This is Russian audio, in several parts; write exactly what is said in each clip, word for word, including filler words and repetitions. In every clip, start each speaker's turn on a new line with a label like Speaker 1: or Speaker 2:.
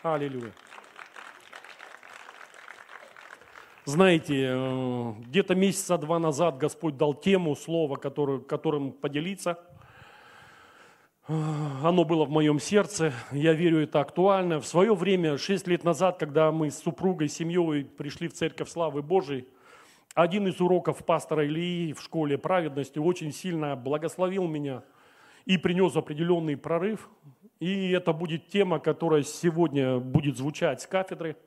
Speaker 1: Аллилуйя. Знаете, где-то месяца два назад Господь дал тему, слово, которое, которым поделиться. Оно было в моем сердце, я верю, это актуально. В свое время, шесть лет назад, когда мы с супругой, семьей пришли в Церковь Славы Божией, один из уроков пастора Ильи в школе праведности очень сильно благословил меня и принес определенный прорыв. И это будет тема, которая сегодня будет звучать с кафедры.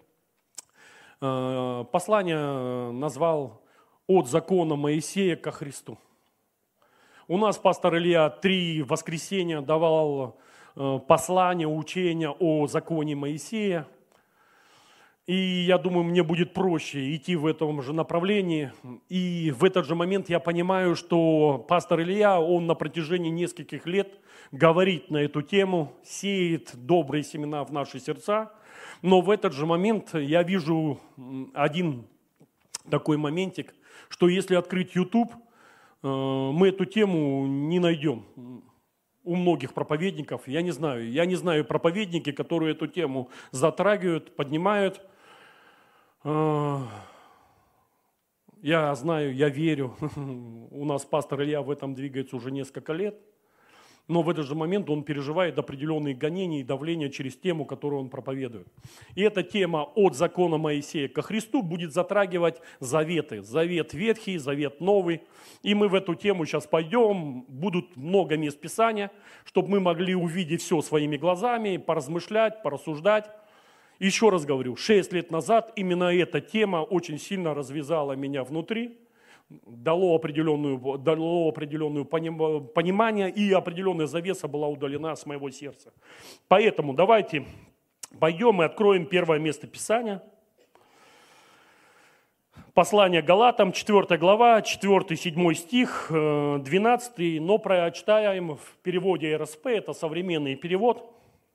Speaker 1: Послание назвал «От закона Моисея ко Христу». У нас пастор Илья три воскресенья давал послание, учение о законе Моисея. И я думаю, мне будет проще идти в этом же направлении. И в этот же момент я понимаю, что пастор Илья, он на протяжении нескольких лет говорит на эту тему, сеет добрые семена в наши сердца. Но в этот же момент я вижу один такой моментик, что если открыть YouTube, мы эту тему не найдем у многих проповедников. Я не знаю, я не знаю проповедники, которые эту тему затрагивают, поднимают. Я знаю, я верю, у нас пастор Илья в этом двигается уже несколько лет. Но в этот же момент он переживает определенные гонения и давления через тему, которую он проповедует. И эта тема от закона Моисея ко Христу будет затрагивать заветы. Завет Ветхий, Завет Новый. И мы в эту тему сейчас пойдем. Будут много мест Писания, чтобы мы могли увидеть все своими глазами, поразмышлять, порассуждать. Еще раз говорю, шесть лет назад именно эта тема очень сильно развязала меня внутри. Дало определенную, дало определенную понимание, и определенная завеса была удалена с моего сердца. Поэтому давайте пойдем и откроем первое место Писания. Послание Галатам, четвёртая глава, четвёртый-седьмой стих, двенадцатый, но прочитаем в переводе эр эс пэ, это современный перевод.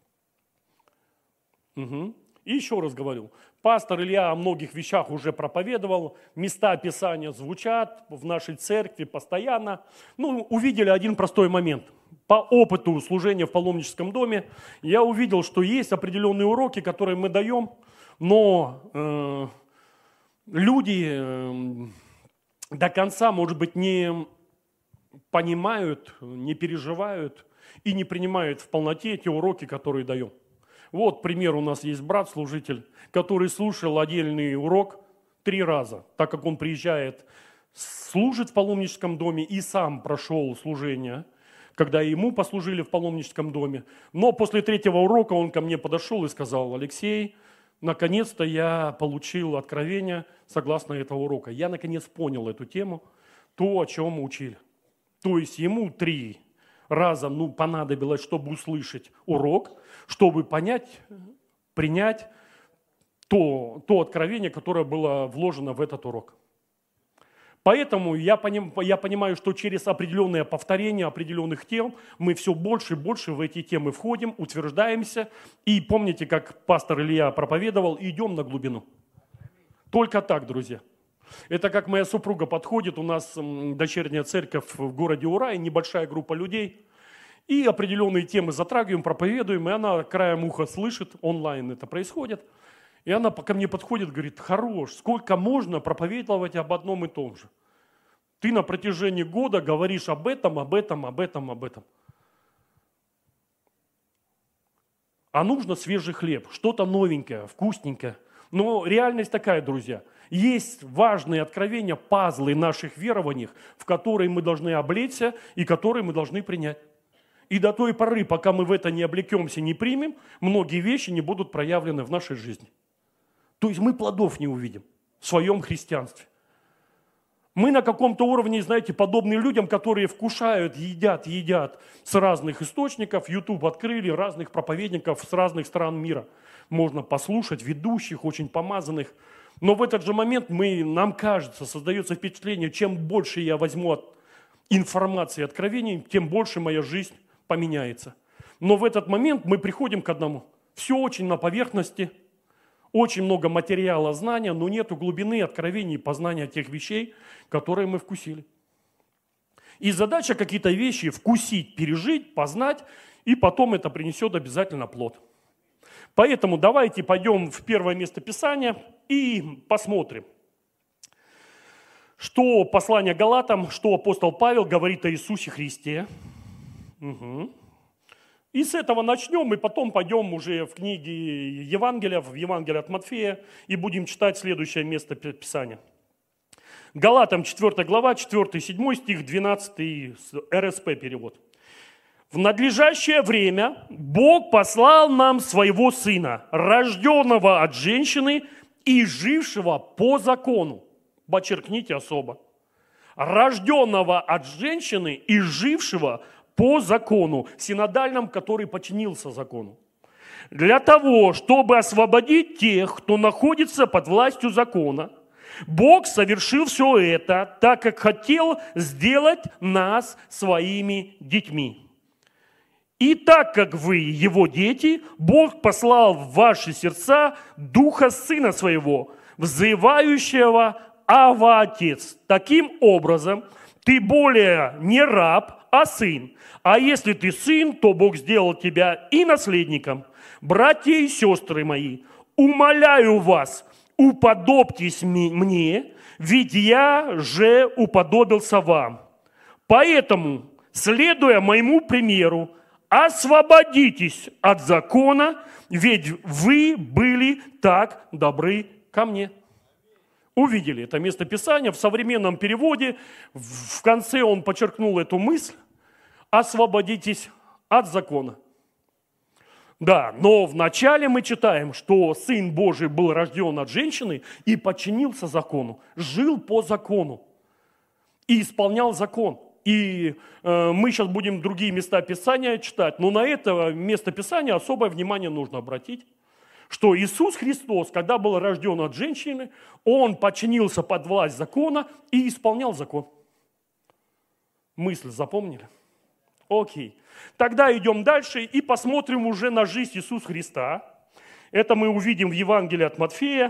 Speaker 1: Угу. И еще раз говорю, пастор Илья о многих вещах уже проповедовал, места Писания звучат в нашей церкви постоянно. Ну, увидели один простой момент. По опыту служения в паломническом доме я увидел, что есть определенные уроки, которые мы даем, но э, люди э, до конца, может быть, не понимают, не переживают и не принимают в полноте те уроки, которые даем. Вот пример, у нас есть брат-служитель, который слушал отдельный урок три раза, так как он приезжает, служит в паломническом доме и сам прошел служение, когда ему послужили в паломническом доме. Но после третьего урока он ко мне подошел и сказал: Алексей, наконец-то я получил откровение согласно этого урока. Я наконец понял эту тему, то, о чем мы учили. То есть ему три раза ну, понадобилось, чтобы услышать урок, чтобы понять, принять то, то откровение, которое было вложено в этот урок. Поэтому я, поним, я понимаю, что через определенное повторение определенных тем мы все больше и больше в эти темы входим, утверждаемся. И помните, как пастор Илья проповедовал, идем на глубину. Только так, друзья. Это как моя супруга подходит, у нас дочерняя церковь в городе Урае, небольшая группа людей, и определенные темы затрагиваем, проповедуем, и она краем уха слышит, онлайн это происходит, и она ко мне подходит, говорит: хорош, сколько можно проповедовать об одном и том же? Ты на протяжении года говоришь об этом, об этом, об этом, об этом. А нужно свежий хлеб, что-то новенькое, вкусненькое. Но реальность такая, друзья. Есть важные откровения, пазлы наших верований, в которые мы должны облечься и которые мы должны принять. И до той поры, пока мы в это не облекемся, не примем, многие вещи не будут проявлены в нашей жизни. То есть мы плодов не увидим в своем христианстве. Мы на каком-то уровне, знаете, подобны людям, которые вкушают, едят, едят с разных источников. YouTube открыли, разных проповедников с разных стран мира. Можно послушать, ведущих, очень помазанных. Но в этот же момент мы, нам кажется, создается впечатление, чем больше я возьму от информации, откровений, тем больше моя жизнь поменяется. Но в этот момент мы приходим к одному. Все очень на поверхности, очень много материала, знания, но нету глубины, откровений, познания тех вещей, которые мы вкусили. И задача какие-то вещи вкусить, пережить, познать, и потом это принесет обязательно плод. Поэтому давайте пойдем в первое место Писания и посмотрим, что послание Галатам, что апостол Павел говорит о Иисусе Христе. Угу. И с этого начнем, и потом пойдем уже в книги Евангелия, в Евангелие от Матфея, и будем читать следующее место Писания. Галатам четвёртая глава, четвёртый-седьмой стих, двенадцатый эр эс пэ перевод. «В надлежащее время Бог послал нам своего Сына, рожденного от женщины и жившего по закону». Подчеркните особо. «Рожденного от женщины и жившего по закону», синодальном, который подчинился закону. «Для того, чтобы освободить тех, кто находится под властью закона, Бог совершил все это, так как хотел сделать нас своими детьми. И так как вы его дети, Бог послал в ваши сердца Духа Сына Своего, взывающего «Ава, Отец». Таким образом, ты более не раб, а сын. А если ты сын, то Бог сделал тебя и наследником. Братья и сестры мои, умоляю вас, уподобьтесь мне, ведь я же уподобился вам. Поэтому, следуя моему примеру, освободитесь от закона, ведь вы были так добры ко мне». Увидели это место Писания в современном переводе. В конце он подчеркнул эту мысль. Освободитесь от закона. Да, но вначале мы читаем, что Сын Божий был рожден от женщины и подчинился закону, жил по закону и исполнял закон. И э, мы сейчас будем другие места Писания читать, но на это место Писания особое внимание нужно обратить, что Иисус Христос, когда был рожден от женщины, Он подчинился под власть закона и исполнял закон. Мысль запомнили? Окей. Тогда идем дальше и посмотрим уже на жизнь Иисуса Христа. Это мы увидим в Евангелии от Матфея,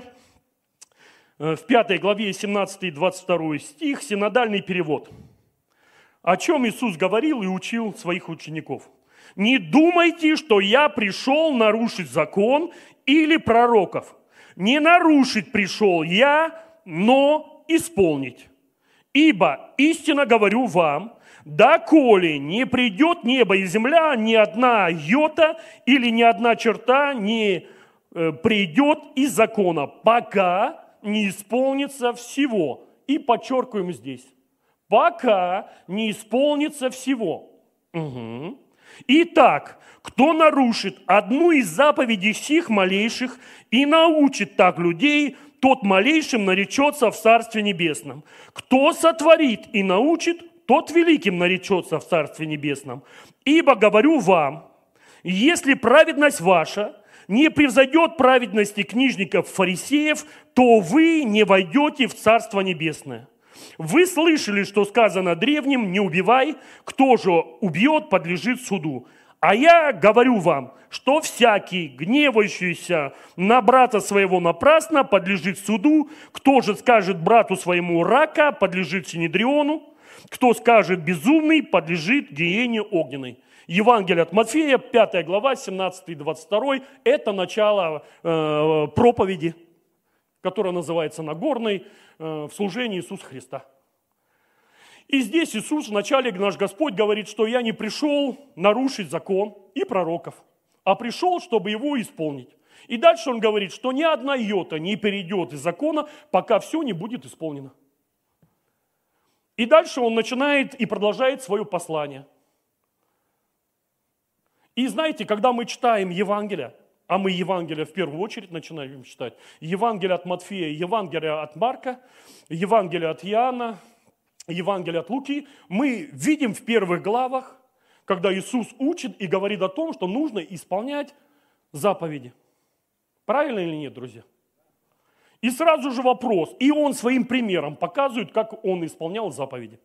Speaker 1: в пятой главе, семнадцатый двадцать второй стих, синодальный перевод. О чем Иисус говорил и учил своих учеников. «Не думайте, что я пришел нарушить закон или пророков. Не нарушить пришел я, но исполнить. Ибо истинно говорю вам, доколе не придет небо и земля, ни одна йота или ни одна черта не придет из закона, пока не исполнится всего». И подчеркиваем здесь. Пока не исполнится всего. Угу. Итак, кто нарушит одну из заповедей сих малейших и научит так людей, тот малейшим наречется в Царстве Небесном. Кто сотворит и научит, тот великим наречется в Царстве Небесном. Ибо говорю вам, если праведность ваша не превзойдет праведности книжников фарисеев, то вы не войдете в Царство Небесное. Вы слышали, что сказано древним: не убивай, кто же убьет, подлежит суду. А я говорю вам, что всякий, гневающийся на брата своего напрасно, подлежит суду. Кто же скажет брату своему рака, подлежит синедриону. Кто скажет безумный, подлежит гиене огненной. Евангелие от Матфея, пятая глава, семнадцатый двадцать второй. Это начало э, проповеди, которая называется Нагорной, в служении Иисуса Христа. И здесь Иисус, вначале наш Господь говорит, что я не пришел нарушить закон и пророков, а пришел, чтобы его исполнить. И дальше он говорит, что ни одна йота не перейдет из закона, пока все не будет исполнено. И дальше он начинает и продолжает свое послание. И знаете, когда мы читаем Евангелие, а мы Евангелие в первую очередь начинаем читать. Евангелие от Матфея, Евангелие от Марка, Евангелие от Иоанна, Евангелие от Луки. Мы видим в первых главах, когда Иисус учит и говорит о том, что нужно исполнять заповеди. Правильно или нет, друзья? И сразу же вопрос. И он своим примером показывает, как он исполнял заповеди.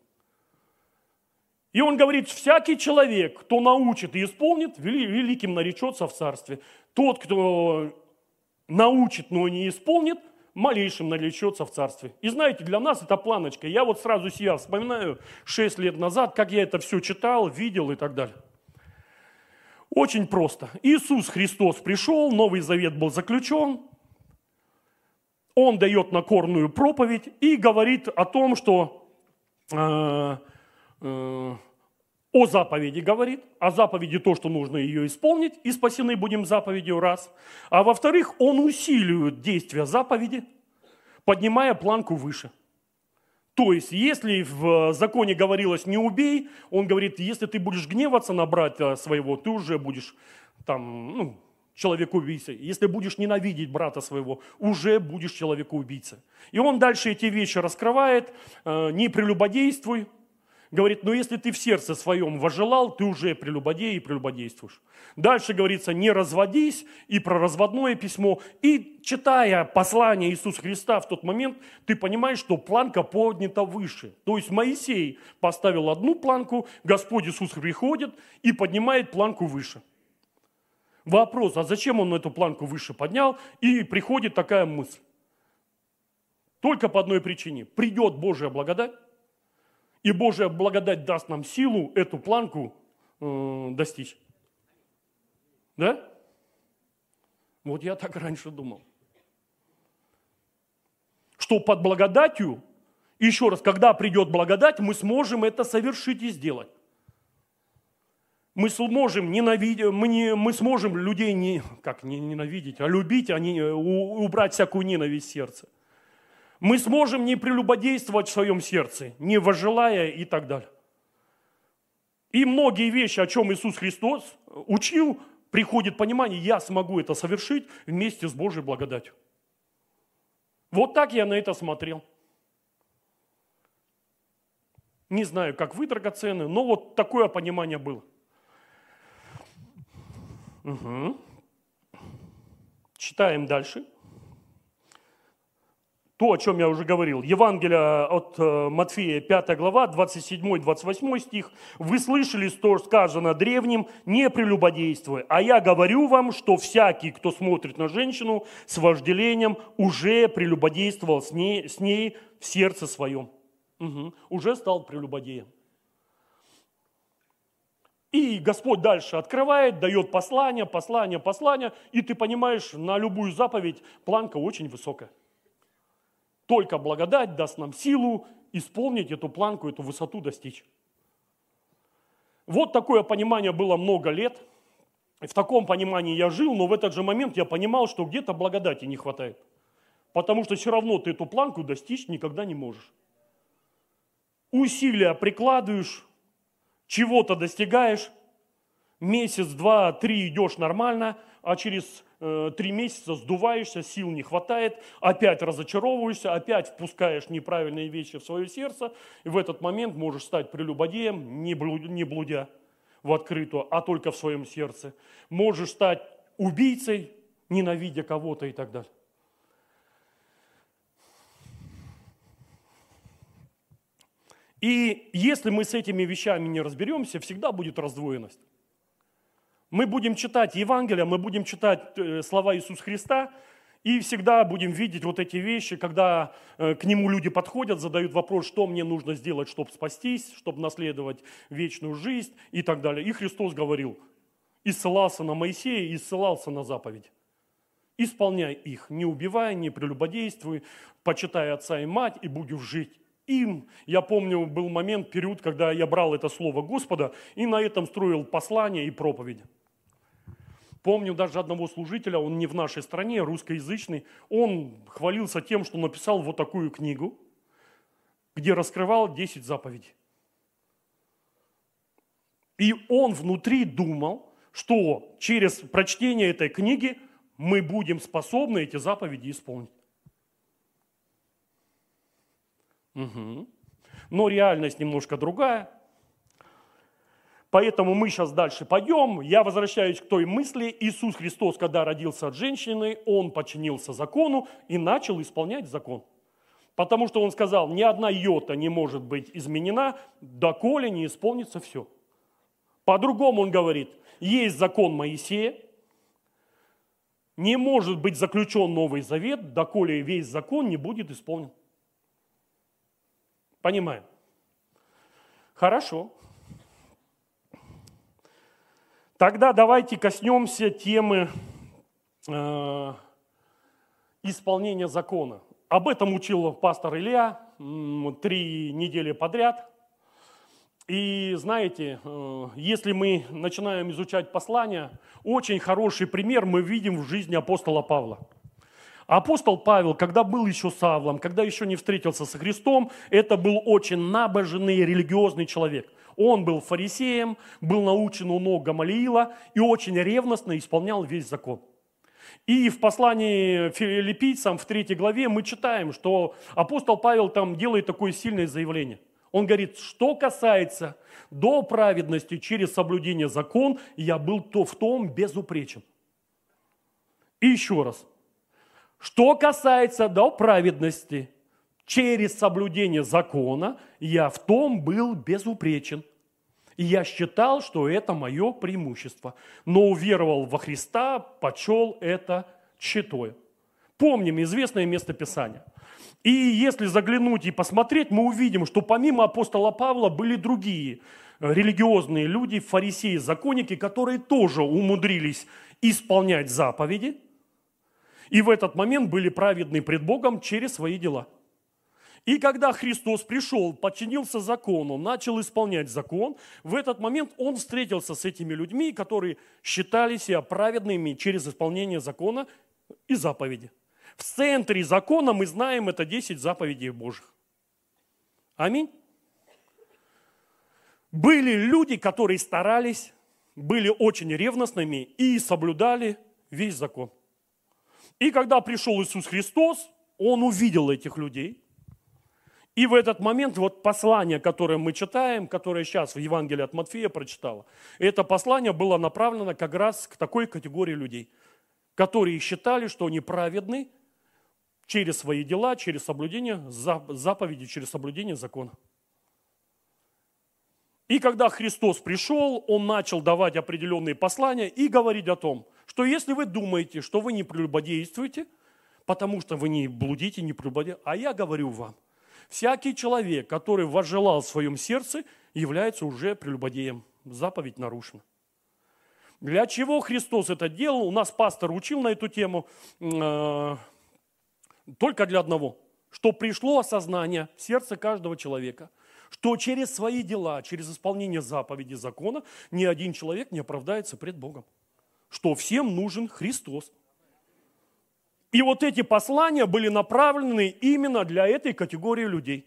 Speaker 1: И он говорит, всякий человек, кто научит и исполнит, великим наречется в царстве. Тот, кто научит, но не исполнит, малейшим наречется в царстве. И знаете, для нас это планочка. Я вот сразу себя вспоминаю шесть лет назад, как я это все читал, видел и так далее. Очень просто. Иисус Христос пришел, Новый Завет был заключен. Он дает Нагорную проповедь и говорит о том, что э, э, о заповеди говорит, о заповеди то, что нужно ее исполнить, и спасены будем заповедью, раз. А во-вторых, он усиливает действие заповеди, поднимая планку выше. То есть, если в законе говорилось «не убей», он говорит, если ты будешь гневаться на брата своего, ты уже будешь там, ну, человек-убийца. Если будешь ненавидеть брата своего, уже будешь человек-убийца. И он дальше эти вещи раскрывает, не прелюбодействуй. Говорит, но если ты в сердце своем возжелал, ты уже прелюбодей и прелюбодействуешь. Дальше говорится, не разводись, и про разводное письмо. И читая послание Иисуса Христа в тот момент, ты понимаешь, что планка поднята выше. То есть Моисей поставил одну планку, Господь Иисус приходит и поднимает планку выше. Вопрос, а зачем он эту планку выше поднял? И приходит такая мысль. Только по одной причине. Придет Божья благодать, и Божья благодать даст нам силу эту планку э, достичь. Да? Вот я так раньше думал. Что под благодатью, еще раз, когда придет благодать, мы сможем это совершить и сделать. Мы сможем ненавидеть, мы, не, мы сможем людей не, как не ненавидеть, а любить, а не, у, убрать всякую ненависть в сердце. Мы сможем не прелюбодействовать в своем сердце, не возжелая и так далее. И многие вещи, о чем Иисус Христос учил, приходит понимание, я смогу это совершить вместе с Божьей благодатью. Вот так я на это смотрел. Не знаю, как вы, драгоценные, но вот такое понимание было. Угу. Читаем дальше. То, о чем я уже говорил. Евангелие от Матфея, пятая глава, двадцать седьмой двадцать восьмой стих. «Вы слышали, что сказано древним, не прелюбодействуй. А я говорю вам, что всякий, кто смотрит на женщину с вожделением, уже прелюбодействовал с ней, с ней в сердце своем». Угу. Уже стал прелюбодеем. И Господь дальше открывает, дает послание, послание, послание. И ты понимаешь, на любую заповедь планка очень высокая. Только благодать даст нам силу исполнить эту планку, эту высоту достичь. Вот такое понимание было много лет. В таком понимании я жил, но в этот же момент я понимал, что где-то благодати не хватает. Потому что все равно ты эту планку достичь никогда не можешь. Усилия прикладываешь, чего-то достигаешь, месяц, два, три идешь нормально, а через э, три месяца сдуваешься, сил не хватает, опять разочаровываешься, опять впускаешь неправильные вещи в свое сердце, и в этот момент можешь стать прелюбодеем, не блудя в открытую, а только в своем сердце. Можешь стать убийцей, ненавидя кого-то и так далее. И если мы с этими вещами не разберемся, всегда будет раздвоенность. Мы будем читать Евангелие, мы будем читать слова Иисуса Христа, и всегда будем видеть вот эти вещи, когда к Нему люди подходят, задают вопрос, что мне нужно сделать, чтобы спастись, чтобы наследовать вечную жизнь и так далее. И Христос говорил, и ссылался на Моисея, и ссылался на заповедь. Исполняй их, не убивай, не прелюбодействуй, почитай отца и мать, и будешь жить им. Я помню, был момент, период, когда я брал это слово Господа и на этом строил послания и проповеди. Помню даже одного служителя, он не в нашей стране, русскоязычный, он хвалился тем, что написал вот такую книгу, где раскрывал десять заповедей. И он внутри думал, что через прочтение этой книги мы будем способны эти заповеди исполнить. Угу. Но реальность немножко другая. Поэтому мы сейчас дальше пойдем. Я возвращаюсь к той мысли. Иисус Христос, когда родился от женщины, Он подчинился закону и начал исполнять закон. Потому что Он сказал, ни одна йота не может быть изменена, доколе не исполнится все. По-другому Он говорит, есть закон Моисея, не может быть заключен Новый Завет, доколе весь закон не будет исполнен. Понимаем? Хорошо. Тогда давайте коснемся темы э, исполнения закона. Об этом учил пастор Илья м, три недели подряд. И знаете, э, если мы начинаем изучать послания, очень хороший пример мы видим в жизни апостола Павла. Апостол Павел, когда был еще Савлом, когда еще не встретился со Христом, это был очень набожный, религиозный человек. Он был фарисеем, был научен у ног Гамалиила и очень ревностно исполнял весь закон. И в послании филиппийцам в третьей главе мы читаем, что апостол Павел там делает такое сильное заявление. Он говорит, что касается до праведности через соблюдение закона, я был то в том безупречен. И еще раз. Что касается до праведности через соблюдение закона, я в том был безупречен. И я считал, что это мое преимущество. Но уверовал во Христа, почел это тщетою. Помним известное местописание. И если заглянуть и посмотреть, мы увидим, что помимо апостола Павла были другие религиозные люди, фарисеи, законники, которые тоже умудрились исполнять заповеди. И в этот момент были праведны пред Богом через свои дела. И когда Христос пришел, подчинился закону, начал исполнять закон, в этот момент Он встретился с этими людьми, которые считали себя праведными через исполнение закона и заповеди. В центре закона, мы знаем, это десять заповедей Божьих. Аминь. Были люди, которые старались, были очень ревностными и соблюдали весь закон. И когда пришел Иисус Христос, Он увидел этих людей. И в этот момент вот послание, которое мы читаем, которое сейчас в Евангелии от Матфея прочитала, это послание было направлено как раз к такой категории людей, которые считали, что они праведны через свои дела, через соблюдение заповедей, через соблюдение закона. И когда Христос пришел, Он начал давать определенные послания и говорить о том, что если вы думаете, что вы не прелюбодействуете, потому что вы не блудите, не прелюбодействуете, а я говорю вам, всякий человек, который возжелал в своем сердце, является уже прелюбодеем. Заповедь нарушена. Для чего Христос это делал? У нас пастор учил на эту тему э, только для одного. Что пришло осознание в сердце каждого человека, что через свои дела, через исполнение заповедей закона ни один человек не оправдается пред Богом. Что всем нужен Христос. И вот эти послания были направлены именно для этой категории людей.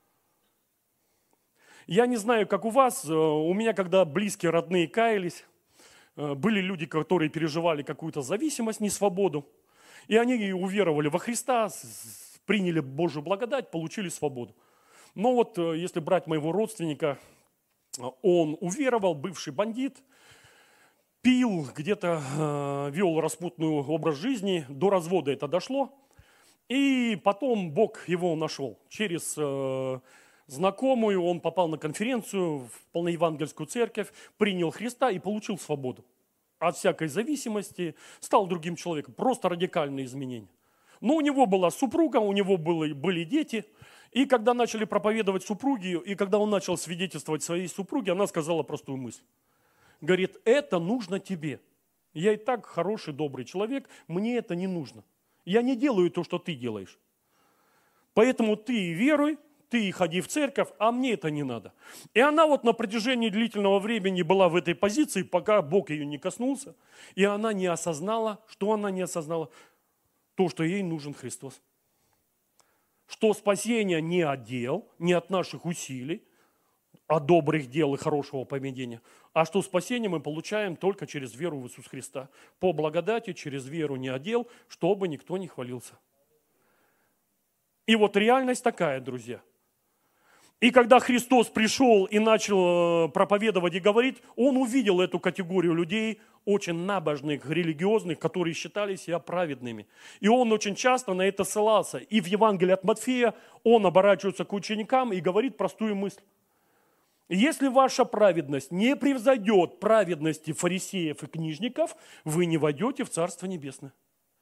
Speaker 1: Я не знаю, как у вас, у меня, когда близкие, родные каялись, были люди, которые переживали какую-то зависимость, несвободу, и они уверовали во Христа, приняли Божью благодать, получили свободу. Но вот если брать моего родственника, он уверовал, бывший бандит, пил, где-то э, вел распутный образ жизни, до развода это дошло. И потом Бог его нашел. Через э, знакомую он попал на конференцию в полноевангельскую церковь, принял Христа и получил свободу. От всякой зависимости стал другим человеком. Просто радикальные изменения. Но у него была супруга, у него были, были дети. И когда начали проповедовать супруги, и когда он начал свидетельствовать своей супруге, она сказала простую мысль. Говорит, это нужно тебе. Я и так хороший, добрый человек, мне это не нужно. Я не делаю то, что ты делаешь. Поэтому ты веруй, ты ходи в церковь, а мне это не надо. И она вот на протяжении длительного времени была в этой позиции, пока Бог ее не коснулся. И она не осознала, что она не осознала? То, что ей нужен Христос. Что спасение не от дел, не от наших усилий, от добрых дел и хорошего поведения, а что спасение мы получаем только через веру в Иисуса Христа. По благодати, через веру не от дел, чтобы никто не хвалился. И вот реальность такая, друзья. И когда Христос пришел и начал проповедовать и говорить, Он увидел эту категорию людей, очень набожных, религиозных, которые считали себя праведными. И Он очень часто на это ссылался. И в Евангелии от Матфея Он оборачивается к ученикам и говорит простую мысль. Если ваша праведность не превзойдет праведности фарисеев и книжников, вы не войдете в Царство Небесное.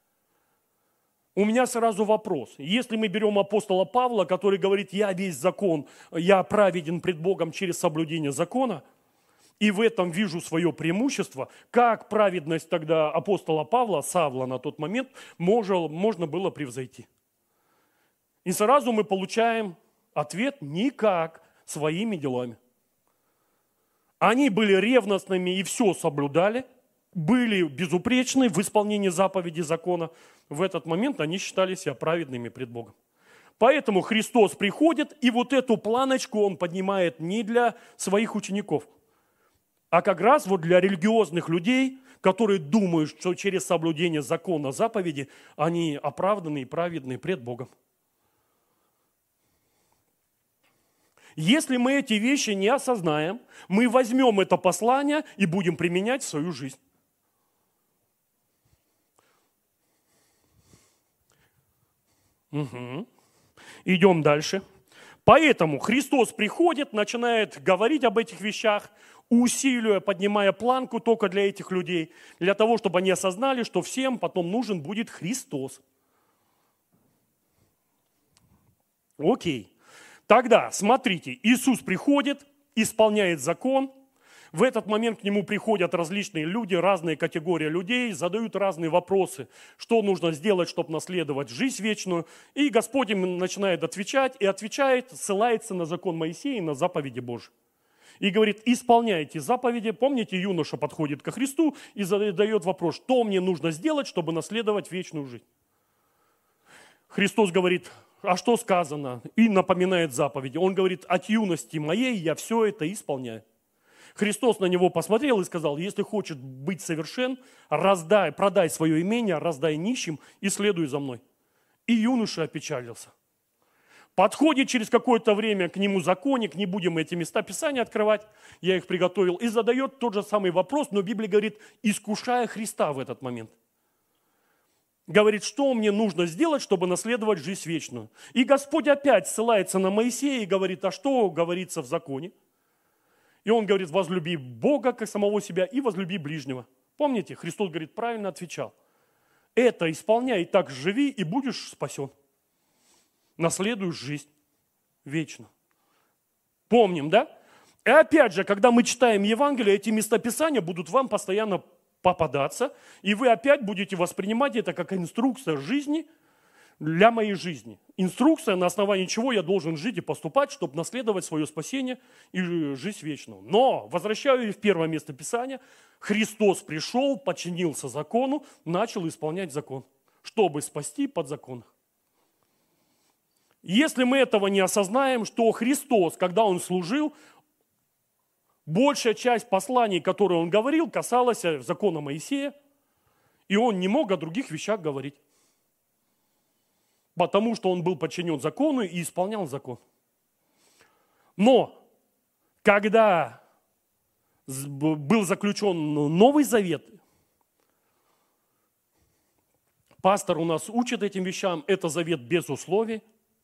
Speaker 1: У меня сразу вопрос. Если мы берем апостола Павла, который говорит, я весь закон, я праведен пред Богом через соблюдение закона, И в этом вижу свое преимущество, как праведность тогда апостола Павла, Савла на тот момент, можно, можно было превзойти. И сразу мы получаем ответ: никак, своими делами. Они были ревностными и все соблюдали, были безупречны в исполнении заповедей закона. В этот момент они считали себя праведными пред Богом. Поэтому Христос приходит, и вот эту планочку Он поднимает не для своих учеников, а как раз вот для религиозных людей, которые думают, что через соблюдение закона, заповеди, они оправданы и праведны пред Богом. Если мы эти вещи не осознаем, мы возьмем это послание и будем применять в свою жизнь. Угу. Идем дальше. Поэтому Христос приходит, начинает говорить об этих вещах, усиливая, поднимая планку только для этих людей, для того, чтобы они осознали, что всем потом нужен будет Христос. Окей. Тогда, смотрите, Иисус приходит, исполняет закон. В этот момент к Нему приходят различные люди, разные категории людей, задают разные вопросы, что нужно сделать, чтобы наследовать жизнь вечную. И Господь им начинает отвечать, и отвечает, ссылается на закон Моисея и на заповеди Божьи. И говорит: исполняйте заповеди. Помните, юноша подходит ко Христу и задает вопрос: что мне нужно сделать, чтобы наследовать вечную жизнь? Христос говорит: а что сказано? И напоминает заповеди. Он говорит: от юности моей я все это исполняю. Христос на него посмотрел и сказал: если хочешь быть совершен, раздай, продай свое имение, раздай нищим и следуй за мной. И юноша опечалился. Подходит через какое-то время к нему законник, не будем эти места Писания открывать, я их приготовил, и задает тот же самый вопрос, но Библия говорит, искушая Христа в этот момент. Говорит: что мне нужно сделать, чтобы наследовать жизнь вечную? И Господь опять ссылается на Моисея и говорит: а что говорится в законе? И он говорит: возлюби Бога как самого себя и возлюби ближнего. Помните, Христос говорит, правильно отвечал. Это исполняй, и так живи, и будешь спасен. Наследуешь жизнь вечную. Помним, да? И опять же, когда мы читаем Евангелие, эти места Писания будут вам постоянно попадаться, и вы опять будете воспринимать это как инструкция жизни для моей жизни. Инструкция, на основании чего я должен жить и поступать, чтобы наследовать свое спасение и жизнь вечную. Но, возвращаю в первое место Писания, Христос пришел, подчинился закону, начал исполнять закон, чтобы спасти под закон. Если мы этого не осознаем, что Христос, когда Он служил, большая часть посланий, которые Он говорил, касалась закона Моисея, и Он не мог о других вещах говорить. Потому что Он был подчинен закону и исполнял закон. Но, когда был заключен Новый Завет, пастор у нас учит этим вещам, это завет без условий.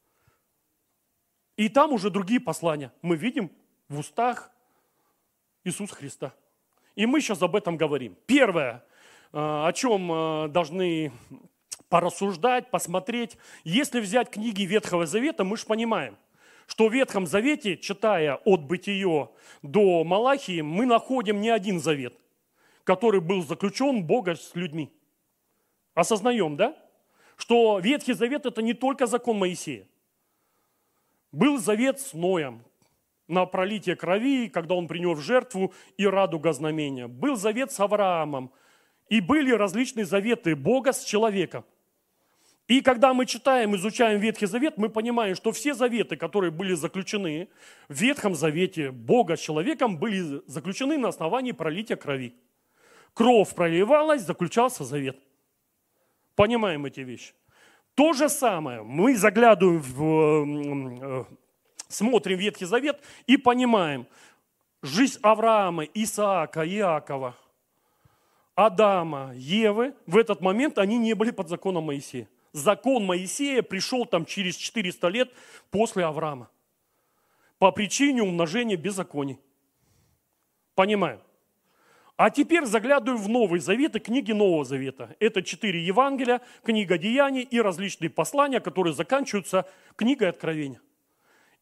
Speaker 1: И там уже другие послания мы видим в устах Иисуса Христа. И мы сейчас об этом говорим. Первое, о чем должны порассуждать, посмотреть. Если взять книги Ветхого Завета, мы же понимаем, что в Ветхом Завете, читая от Бытия до Малахии, мы находим не один завет, который был заключен Богом с людьми. Осознаем, да? Что Ветхий Завет – это не только закон Моисея. Был завет с Ноем на пролитие крови, когда он принес жертву и радуга знамения. Был завет с Авраамом. И были различные заветы Бога с человеком. И когда мы читаем, изучаем Ветхий Завет, мы понимаем, что все заветы, которые были заключены в Ветхом Завете Бога с человеком, были заключены на основании пролития крови. Кровь проливалась, заключался завет. Понимаем эти вещи. То же самое, мы заглядываем, в, смотрим Ветхий Завет и понимаем, жизнь Авраама, Исаака, Иакова, Адама, Евы, в этот момент они не были под законом Моисея. Закон Моисея пришел там через четыреста лет после Авраама по причине умножения беззаконий. Понимаем? А теперь заглядываю в Новый Завет и книги Нового Завета. Это четыре Евангелия, книга Деяний и различные послания, которые заканчиваются книгой Откровения.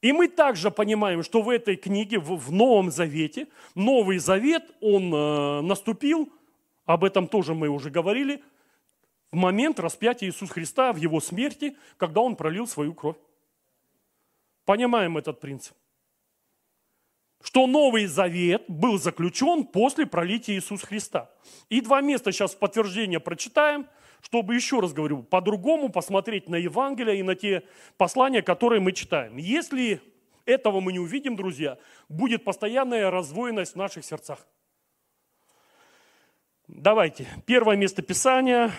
Speaker 1: И мы также понимаем, что в этой книге, в, в Новом Завете, Новый Завет, он э, наступил, об этом тоже мы уже говорили, в момент распятия Иисуса Христа, в Его смерти, когда Он пролил свою кровь. Понимаем этот принцип. Что Новый Завет был заключен после пролития Иисуса Христа. И два места сейчас в подтверждение прочитаем, чтобы, еще раз говорю, по-другому посмотреть на Евангелие и на те послания, которые мы читаем. Если этого мы не увидим, друзья, будет постоянная раздвоенность в наших сердцах. Давайте, первое место Писания.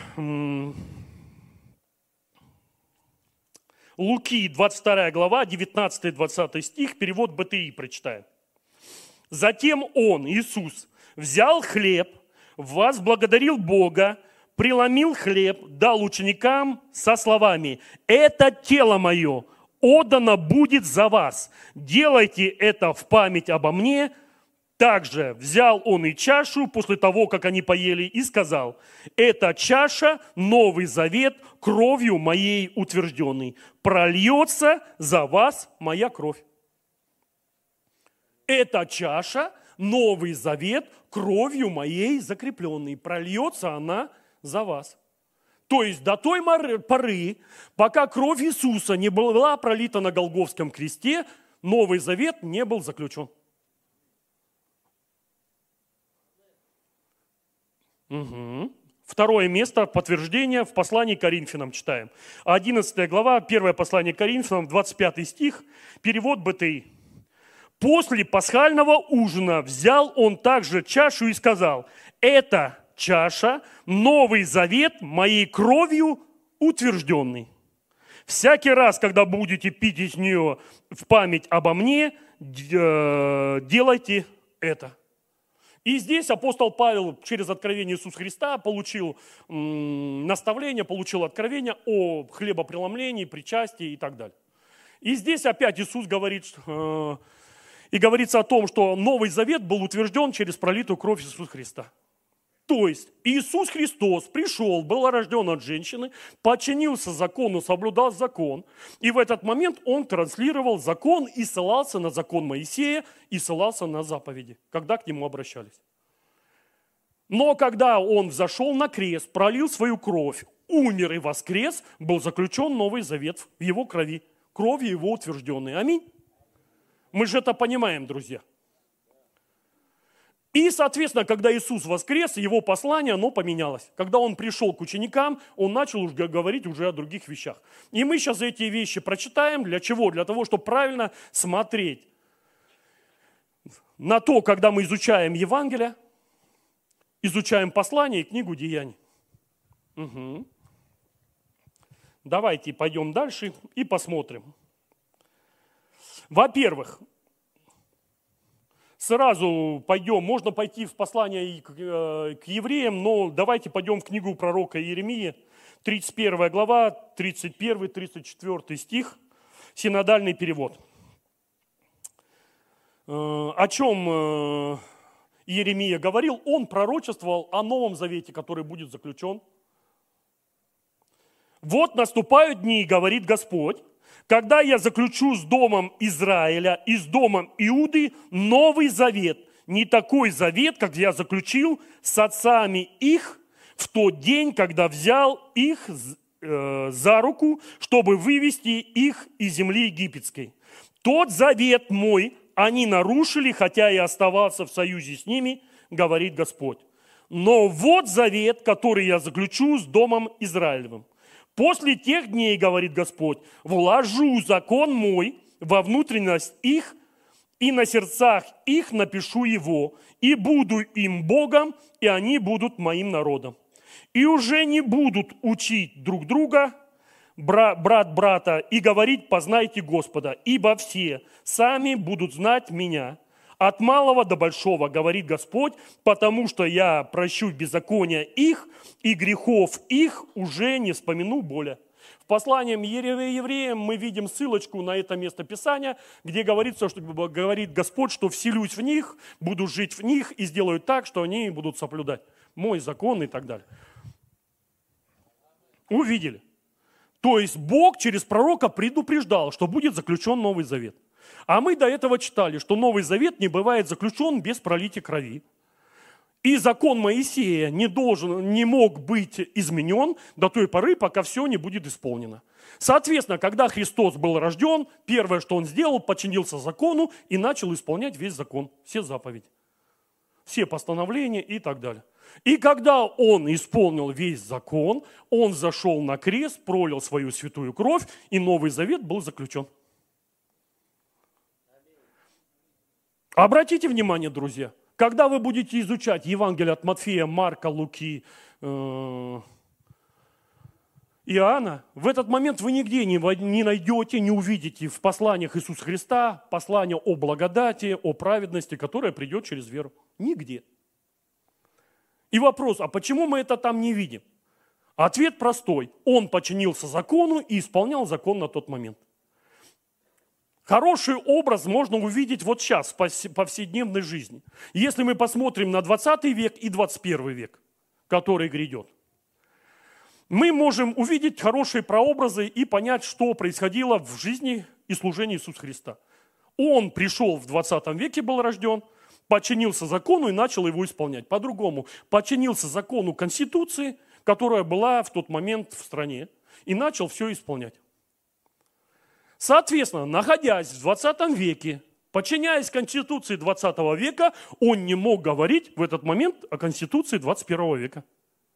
Speaker 1: Луки, двадцать вторая глава, девятнадцатый-двадцатый стих, перевод бэ тэ и прочитаем. «Затем Он, Иисус, взял хлеб, возблагодарил Бога, преломил хлеб, дал ученикам со словами: «Это тело мое, отдано будет за вас. Делайте это в память обо мне». Также взял Он и чашу после того, как они поели, и сказал: «Эта чаша, Новый Завет, кровью моей утвержденной. Прольется за вас моя кровь». Эта чаша, Новый Завет, кровью моей закрепленной. Прольется она за вас. То есть до той поры, пока кровь Иисуса не была пролита на Голгофском кресте, Новый Завет не был заключен. Угу. Второе место подтверждения в послании к Коринфянам читаем. одиннадцатая глава, первое послание к Коринфянам, двадцать пятый стих, перевод бэ тэ и. «После пасхального ужина взял он также чашу и сказал: «Это чаша, Новый Завет, моей кровью утвержденный. Всякий раз, когда будете пить из нее в память обо мне, делайте это». И здесь апостол Павел через откровение Иисуса Христа получил м, наставление, получил откровение о хлебопреломлении, причастии и так далее. И здесь опять Иисус говорит, э, и говорится о том, что Новый Завет был утвержден через пролитую кровь Иисуса Христа. То есть Иисус Христос пришел, был рожден от женщины, подчинился закону, соблюдал закон. И в этот момент Он транслировал закон и ссылался на закон Моисея, и ссылался на заповеди, когда к Нему обращались. Но когда Он взошел на крест, пролил свою кровь, умер и воскрес, был заключен Новый Завет в Его крови, кровью Его утвержденной. Аминь. Мы же это понимаем, друзья. И, соответственно, когда Иисус воскрес, Его послание, оно поменялось. Когда Он пришел к ученикам, Он начал уже говорить уже о других вещах. И мы сейчас эти вещи прочитаем. Для чего? Для того, чтобы правильно смотреть на то, когда мы изучаем Евангелие, изучаем послание и книгу Деяний. Угу. Давайте пойдем дальше и посмотрим. Во-первых, сразу пойдем, можно пойти в послание к, к евреям, но давайте пойдем в книгу пророка Иеремии, тридцать первая глава, тридцать первый — тридцать четвёртый стих, синодальный перевод. О чем Иеремия говорил? Он пророчествовал о Новом Завете, который будет заключен. «Вот наступают дни, говорит Господь, когда я заключу с домом Израиля и с домом Иуды Новый Завет, не такой завет, как я заключил с отцами их в тот день, когда взял их э, за руку, чтобы вывести их из земли египетской. Тот завет мой они нарушили, хотя я оставался в союзе с ними, говорит Господь. Но вот завет, который я заключу с домом Израилевым. После тех дней, говорит Господь, вложу закон мой во внутренность их, и на сердцах их напишу его, и буду им Богом, и они будут моим народом. И уже не будут учить друг друга, брат брата, и говорить: познайте Господа, ибо все сами будут знать меня. От малого до большого, говорит Господь, потому что я прощу беззакония их, и грехов их уже не вспомяну более». В послании евреям мы видим ссылочку на это место Писания, где говорится, что говорит Господь, что вселюсь в них, буду жить в них и сделаю так, что они будут соблюдать мой закон и так далее. Увидели? То есть Бог через пророка предупреждал, что будет заключен Новый Завет. А мы до этого читали, что Новый Завет не бывает заключен без пролития крови. И закон Моисея не, должен, не мог быть изменен до той поры, пока все не будет исполнено. Соответственно, когда Христос был рожден, первое, что Он сделал, подчинился закону и начал исполнять весь закон, все заповеди, все постановления и так далее. И когда Он исполнил весь закон, Он зашел на крест, пролил свою святую кровь, и Новый Завет был заключен. Обратите внимание, друзья, когда вы будете изучать Евангелие от Матфея, Марка, Луки, э, Иоанна, в этот момент вы нигде не, не найдете, не увидите в посланиях Иисуса Христа послание о благодати, о праведности, которое придет через веру. Нигде. И вопрос, а почему мы это там не видим? Ответ простой. Он подчинился закону и исполнял закон на тот момент. Хороший образ можно увидеть вот сейчас, в повседневной жизни. Если мы посмотрим на двадцатый век и двадцать первый век, который грядет, мы можем увидеть хорошие прообразы и понять, что происходило в жизни и служении Иисуса Христа. Он пришел в двадцатом веке, был рожден, подчинился закону и начал его исполнять. По-другому, подчинился закону Конституции, которая была в тот момент в стране, и начал все исполнять. Соответственно, находясь в двадцатом веке, подчиняясь Конституции двадцатого века, он не мог говорить в этот момент о Конституции двадцать первого века.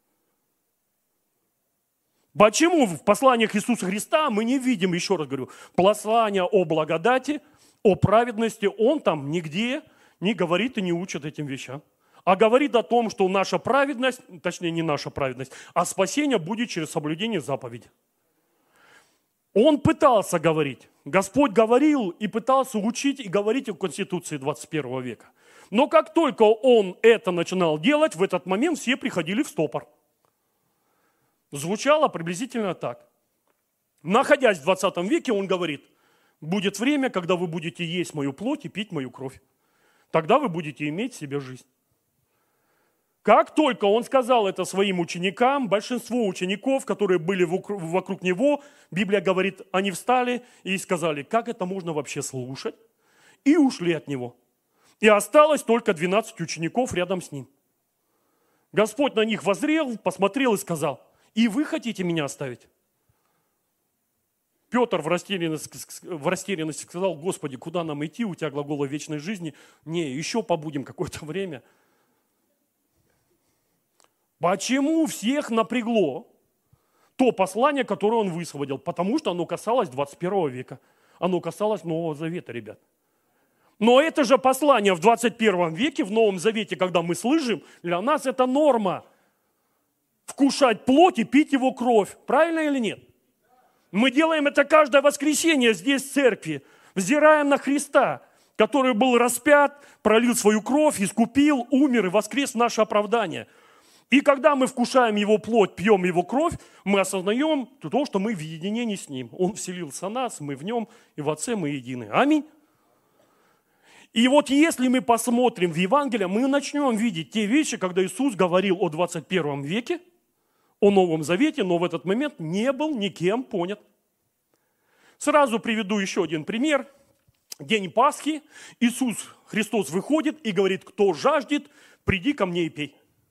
Speaker 1: Почему в посланиях Иисуса Христа мы не видим, еще раз говорю, послания о благодати, о праведности? Он там нигде не говорит и не учит этим вещам. А говорит о том, что наша праведность, точнее не наша праведность, а спасение будет через соблюдение заповедей. Он пытался говорить. Господь говорил и пытался учить и говорить о Конституции двадцать первого века. Но как только он это начинал делать, в этот момент все приходили в стопор. Звучало приблизительно так. Находясь в двадцатом веке, он говорит, будет время, когда вы будете есть мою плоть и пить мою кровь. Тогда вы будете иметь в себе жизнь. Как только он сказал это своим ученикам, большинство учеников, которые были вокруг него, Библия говорит, они встали и сказали, как это можно вообще слушать, и ушли от него. И осталось только двенадцать учеников рядом с ним. Господь на них воззрел, посмотрел и сказал, и вы хотите меня оставить? Петр в растерянности, в растерянности сказал, Господи, куда нам идти, у тебя глагол о вечной жизни. Не, еще побудем какое-то время. Почему всех напрягло то послание, которое он высвободил? Потому что оно касалось двадцать первого века. Оно касалось Нового Завета, ребят. Но это же послание в двадцать первом веке, в Новом Завете, когда мы слышим, для нас это норма. Вкушать плоть и пить его кровь. Правильно или нет? Мы делаем это каждое воскресенье здесь в церкви. Взираем на Христа, который был распят, пролил свою кровь, искупил, умер и воскрес в наше оправдание. И когда мы вкушаем Его плоть, пьем Его кровь, мы осознаем то, что мы в единении с Ним. Он вселился в нас, мы в Нем, и в Отце мы едины. Аминь. И вот если мы посмотрим в Евангелие, мы начнем видеть те вещи, когда Иисус говорил о двадцать первом веке, о Новом Завете, но в этот момент не был никем понят. Сразу приведу еще один пример. День Пасхи. Иисус Христос выходит и говорит, кто жаждет, приди ко мне и пей.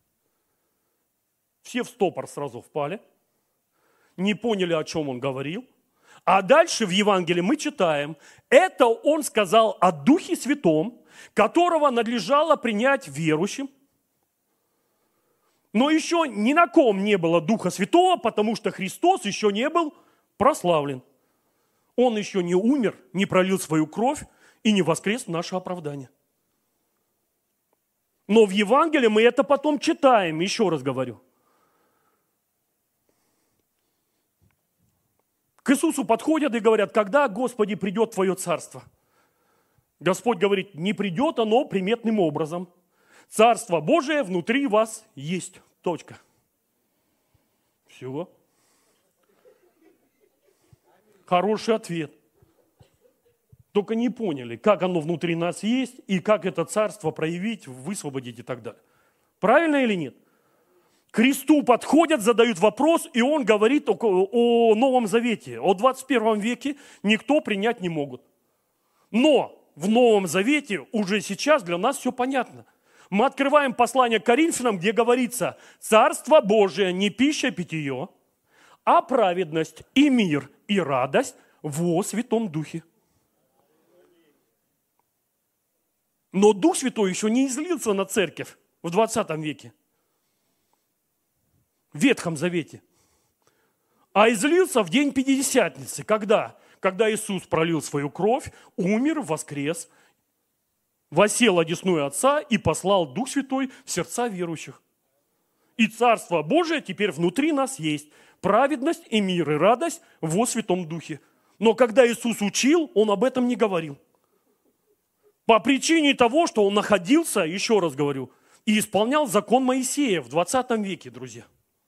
Speaker 1: Все в стопор сразу впали, не поняли, о чем он говорил. А дальше в Евангелии мы читаем, это он сказал о Духе Святом, которого надлежало принять верующим. Но еще ни на ком не было Духа Святого, потому что Христос еще не был прославлен. Он еще не умер, не пролил свою кровь и не воскрес в наше оправдание. Но в Евангелии мы это потом читаем, еще раз говорю. К Иисусу подходят и говорят, когда, Господи, придет Твое Царство? Господь говорит, не придет оно приметным образом. Царство Божие внутри вас есть. Точка. Все. Хороший ответ. Только не поняли, как оно внутри нас есть и как это царство проявить, высвободить и так далее. Правильно или нет? К Христу подходят, задают вопрос, и Он говорит о, о Новом Завете. О двадцать первом веке никто принять не могут. Но в Новом Завете уже сейчас для нас все понятно. Мы открываем послание к Коринфянам, где говорится: «Царство Божие не пища, питье, а праведность и мир и радость во Святом Духе». Но Дух Святой еще не излился на церковь в двадцатом веке, в Ветхом Завете, а излился в день Пятидесятницы. Когда? Когда Иисус пролил свою кровь, умер, воскрес, воссел одесную Отца и послал Дух Святой в сердца верующих. И Царство Божие теперь внутри нас есть. Праведность и мир и радость во Святом Духе. Но когда Иисус учил, Он об этом не говорил. По причине того, что Он находился, еще раз говорю, и исполнял закон Моисея в двадцатом веке, друзья.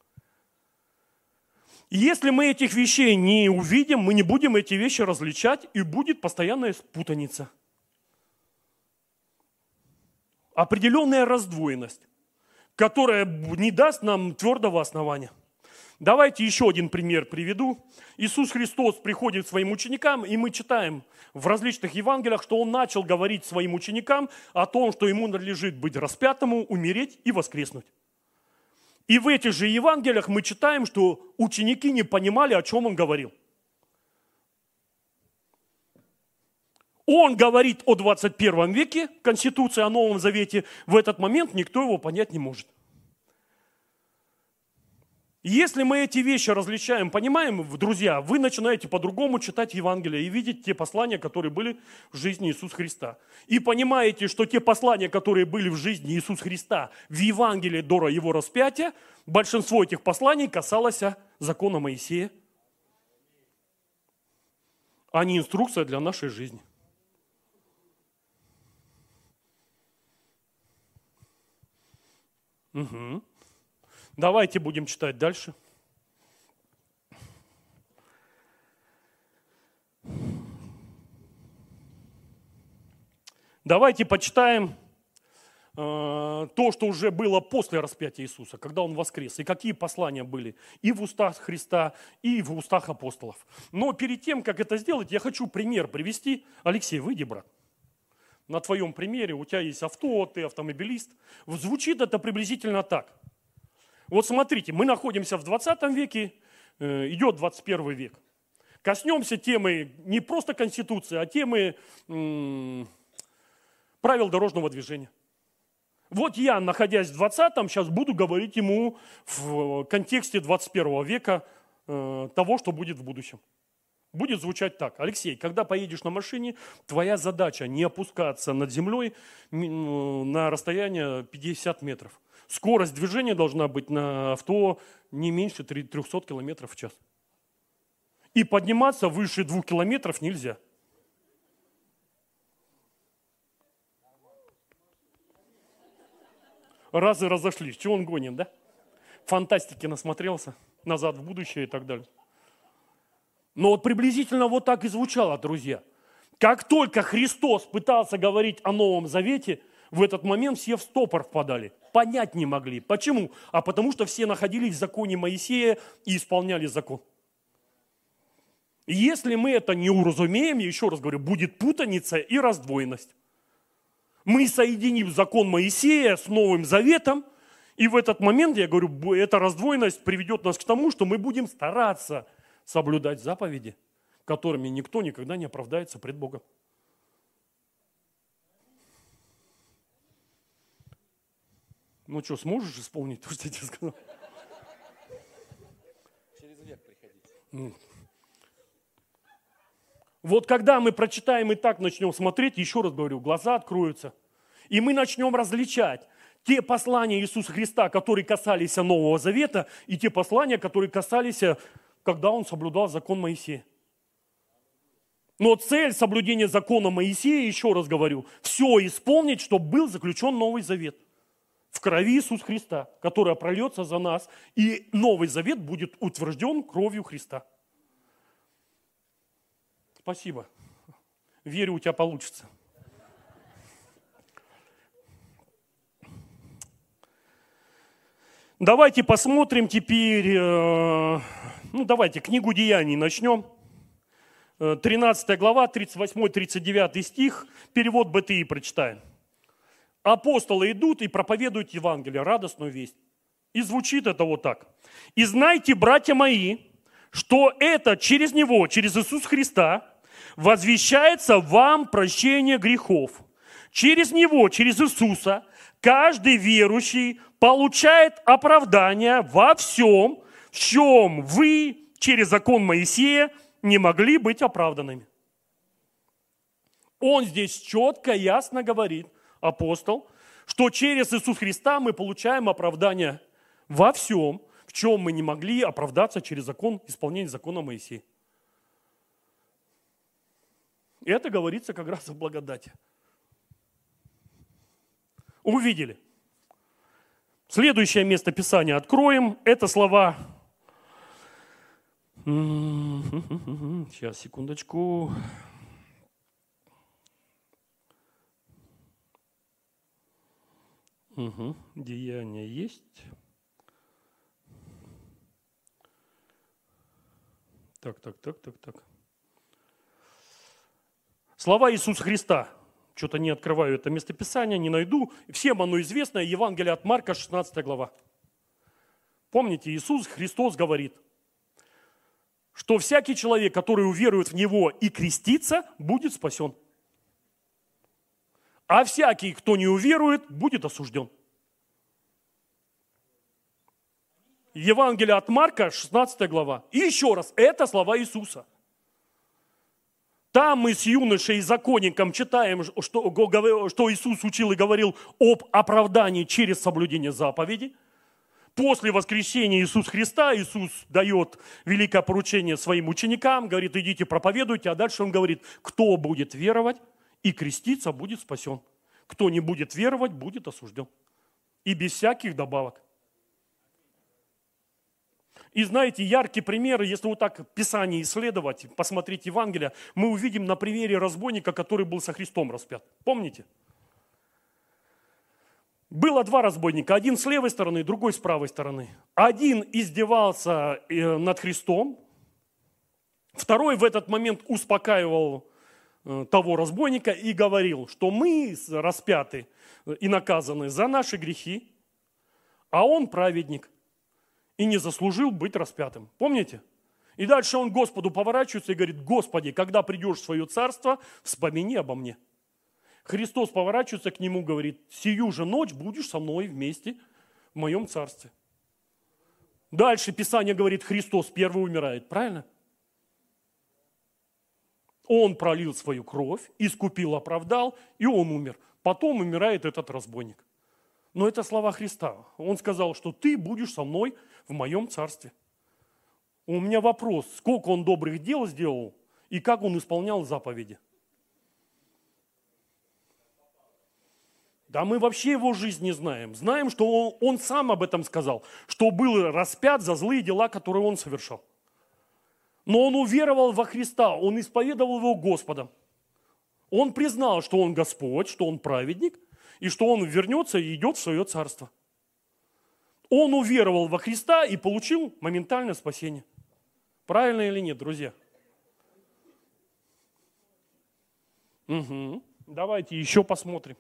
Speaker 1: Если мы этих вещей не увидим, мы не будем эти вещи различать, и будет постоянная путаница. Определенная раздвоенность, которая не даст нам твердого основания. Давайте еще один пример приведу. Иисус Христос приходит к своим ученикам, и мы читаем в различных Евангелиях, что Он начал говорить своим ученикам о том, что Ему надлежит быть распятому, умереть и воскреснуть. И в этих же Евангелиях мы читаем, что ученики не понимали, о чем Он говорил. Он говорит о двадцать первом веке, Конституции, о Новом Завете. В этот момент никто его понять не может. Если мы эти вещи различаем, понимаем, друзья, вы начинаете по-другому читать Евангелие и видеть те послания, которые были в жизни Иисуса Христа. И понимаете, что те послания, которые были в жизни Иисуса Христа в Евангелии до Его распятия, большинство этих посланий касалось закона Моисея, а не инструкция для нашей жизни. Угу. Давайте будем читать дальше. Давайте почитаем э, то, что уже было после распятия Иисуса, когда Он воскрес, и какие послания были и в устах Христа, и в устах апостолов. Но перед тем, как это сделать, я хочу пример привести. Алексей, выйди, брат. На твоем примере, у тебя есть авто, ты автомобилист. Звучит это приблизительно так. Вот смотрите, мы находимся в двадцатом веке, идет двадцать первый век. Коснемся темы не просто Конституции, а темы м- правил дорожного движения. Вот я, находясь в двадцатом, сейчас буду говорить ему в контексте двадцать первого века э, того, что будет в будущем. Будет звучать так. Алексей, когда поедешь на машине, твоя задача не опускаться над землей на расстояние пятьдесят метров. Скорость движения должна быть на авто не меньше трехсот километров в час. И подниматься выше двух километров нельзя. Разы разошлись. Чего он гонит, да? Фантастики насмотрелся. Назад в будущее и так далее. Но вот приблизительно вот так и звучало, друзья. Как только Христос пытался говорить о Новом Завете, в этот момент все в стопор впадали. Понять не могли. Почему? А потому что все находились в законе Моисея и исполняли закон. Если мы это не уразумеем, я еще раз говорю, будет путаница и раздвоенность. Мы соединим закон Моисея с Новым Заветом, и в этот момент, я говорю, эта раздвоенность приведет нас к тому, что мы будем стараться соблюдать заповеди, которыми никто никогда не оправдается пред Богом. Ну что, сможешь исполнить то, что я тебе сказал?
Speaker 2: Через век приходить.
Speaker 1: Вот когда мы прочитаем и так начнем смотреть, еще раз говорю, глаза откроются, и мы начнем различать те послания Иисуса Христа, которые касались Нового Завета, и те послания, которые касались, когда Он соблюдал закон Моисея. Но цель соблюдения закона Моисея, еще раз говорю, все исполнить, чтобы был заключен Новый Завет в крови Иисуса Христа, которая прольется за нас, и Новый Завет будет утвержден кровью Христа. Спасибо. Верю, у тебя получится. Давайте посмотрим теперь, ну давайте книгу Деяний начнем. тринадцатая глава, тридцать восьмой тридцать девятый стих, перевод бэ тэ и прочитаем. Апостолы идут и проповедуют Евангелие, радостную весть. И звучит это вот так. «И знайте, братья мои, что это через Него, через Иисуса Христа, возвещается вам прощение грехов. Через Него, через Иисуса, каждый верующий получает оправдание во всем, в чем вы через закон Моисея не могли быть оправданными». Он здесь четко, ясно говорит, апостол, что через Иисуса Христа мы получаем оправдание во всем, в чем мы не могли оправдаться через закон, исполнение закона Моисея. И это говорится как раз о благодати. Увидели. Следующее место Писания откроем. Это слова... Сейчас, секундочку. Угу. Деяния есть. Так, так, так, так, так. Слова Иисуса Христа. Что-то не открываю это местописание, не найду. Всем оно известно. Евангелие от Марка, шестнадцатая глава. Помните, Иисус Христос говорит, что всякий человек, который уверует в Него и крестится, будет спасен. А всякий, кто не уверует, будет осужден. Евангелие от Марка, шестнадцатая глава. И еще раз, это слова Иисуса. Там мы с юношей и законником читаем, что, что Иисус учил и говорил об оправдании через соблюдение заповедей. После воскресения Иисуса Христа Иисус дает великое поручение своим ученикам, говорит, идите проповедуйте, а дальше Он говорит, кто будет веровать и креститься, будет спасен. Кто не будет веровать, будет осужден. И без всяких добавок. И знаете, яркий пример, если вот так Писание исследовать, посмотреть Евангелие, мы увидим на примере разбойника, который был со Христом распят. Помните? Было два разбойника, один с левой стороны, другой с правой стороны. Один издевался над Христом, второй в этот момент успокаивал того разбойника и говорил, что мы распяты и наказаны за наши грехи, а он праведник и не заслужил быть распятым. Помните? И дальше он Господу поворачивается и говорит, Господи, когда придешь в свое царство, вспомини обо мне. Христос поворачивается к нему и говорит, сию же ночь будешь со мной вместе в моем царстве. Дальше Писание говорит, Христос первый умирает, правильно? Он пролил свою кровь, искупил, оправдал, и он умер. Потом умирает этот разбойник. Но это слова Христа. Он сказал, что ты будешь со мной в моем царстве. У меня вопрос, сколько он добрых дел сделал и как он исполнял заповеди. Да мы вообще его жизнь не знаем. Знаем, что он, он сам об этом сказал, что был распят за злые дела, которые он совершал. Но он уверовал во Христа, он исповедовал его Господом. Он признал, что он Господь, что он праведник, и что он вернется и идет в свое царство. Он уверовал во Христа и получил моментальное спасение. Правильно или нет, друзья? Угу. Давайте еще посмотрим.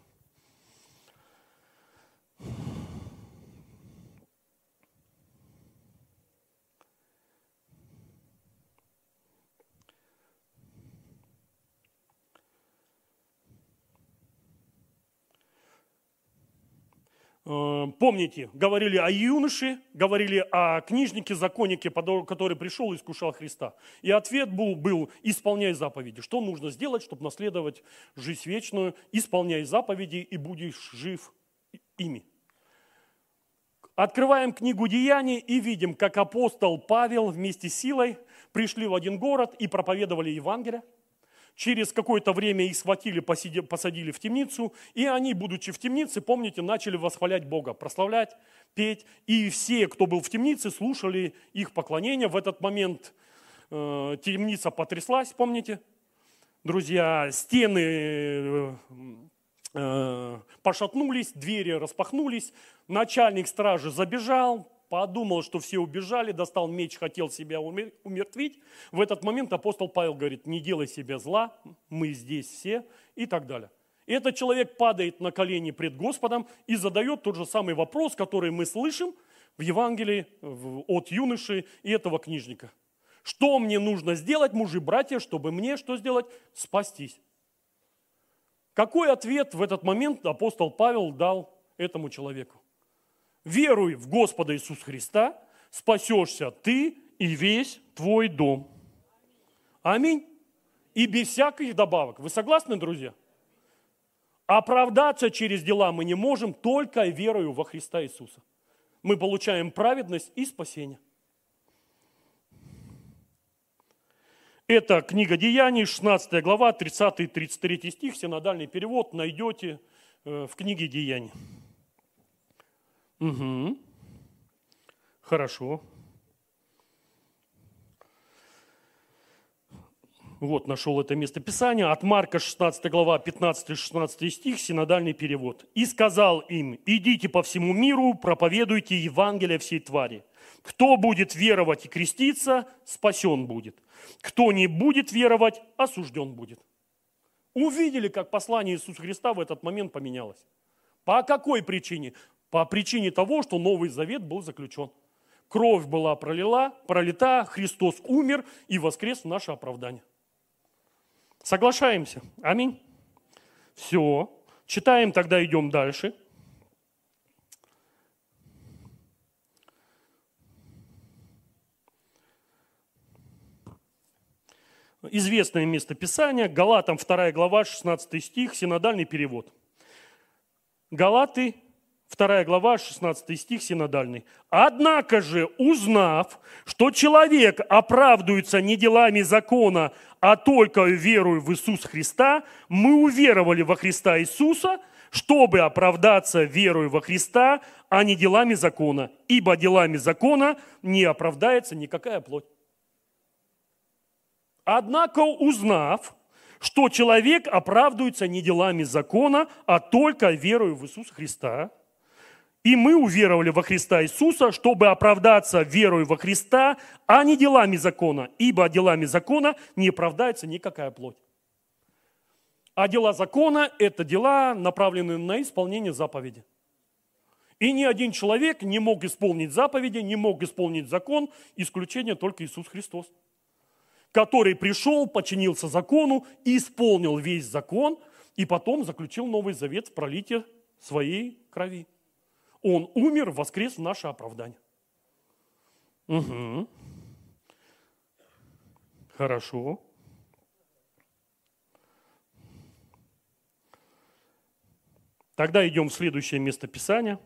Speaker 1: Помните, говорили о юноше, говорили о книжнике, законнике, который пришел и искушал Христа. И ответ был, был исполняй заповеди. Что нужно сделать, чтобы наследовать жизнь вечную? Исполняй заповеди, и будешь жив ими. Открываем книгу Деяний и видим, как апостол Павел вместе с Силой пришли в один город и проповедовали Евангелие. Через какое-то время их схватили, посадили в темницу, и они, будучи в темнице, помните, начали восхвалять Бога, прославлять, петь. И все, кто был в темнице, слушали их поклонение. В этот момент э, темница потряслась, помните? Друзья, стены э, пошатнулись, двери распахнулись, начальник стражи забежал, подумал, что все убежали, достал меч, хотел себя умертвить. В этот момент апостол Павел говорит: не делай себе зла, мы здесь все, и так далее. И этот человек падает на колени пред Господом и задает тот же самый вопрос, который мы слышим в Евангелии от юноши и этого книжника. Что мне нужно сделать, мужи, братья, чтобы мне что сделать? Спастись. Какой ответ в этот момент апостол Павел дал этому человеку? Веруй в Господа Иисуса Христа, спасешься ты и весь твой дом. Аминь. И без всяких добавок. Вы согласны, друзья? Оправдаться через дела мы не можем, только верою во Христа Иисуса. Мы получаем праведность и спасение. Это книга Деяний, шестнадцатая глава, тридцатый и тридцать третий стих, синодальный перевод найдете в книге Деяний. Угу. Хорошо. Вот, нашел это место Писания. От Марка, шестнадцатая глава, пятнадцатый и шестнадцатый стих, синодальный перевод. «И сказал им: идите по всему миру, проповедуйте Евангелие всей твари. Кто будет веровать и креститься, спасен будет. Кто не будет веровать, осужден будет». Увидели, как послание Иисуса Христа в этот момент поменялось. По какой причине? По причине того, что Новый Завет был заключен. Кровь была пролила, пролита, Христос умер и воскрес в наше оправдание. Соглашаемся? Аминь. Все. Читаем, тогда идем дальше. Известное место Писания, Галатам вторая глава, шестнадцатый стих, синодальный перевод. Галаты, вторая глава, шестнадцатый стих, синодальный. «Однако же, узнав, что человек оправдывается не делами закона, а только верою в Иисуса Христа, мы уверовали во Христа Иисуса, чтобы оправдаться верою во Христа, а не делами закона. Ибо делами закона не оправдается никакая плоть». Однако, узнав, что человек оправдывается не делами закона, а только верою в Иисуса Христа, и мы уверовали во Христа Иисуса, чтобы оправдаться верою во Христа, а не делами закона, ибо делами закона не оправдается никакая плоть. А дела закона – это дела, направленные на исполнение заповеди. И ни один человек не мог исполнить заповеди, не мог исполнить закон, исключение только Иисус Христос, который пришел, подчинился закону, исполнил весь закон и потом заключил Новый Завет в пролитии своей крови. Он умер, воскрес в наше оправдание. Угу. Хорошо. Тогда идем в следующее место Писания.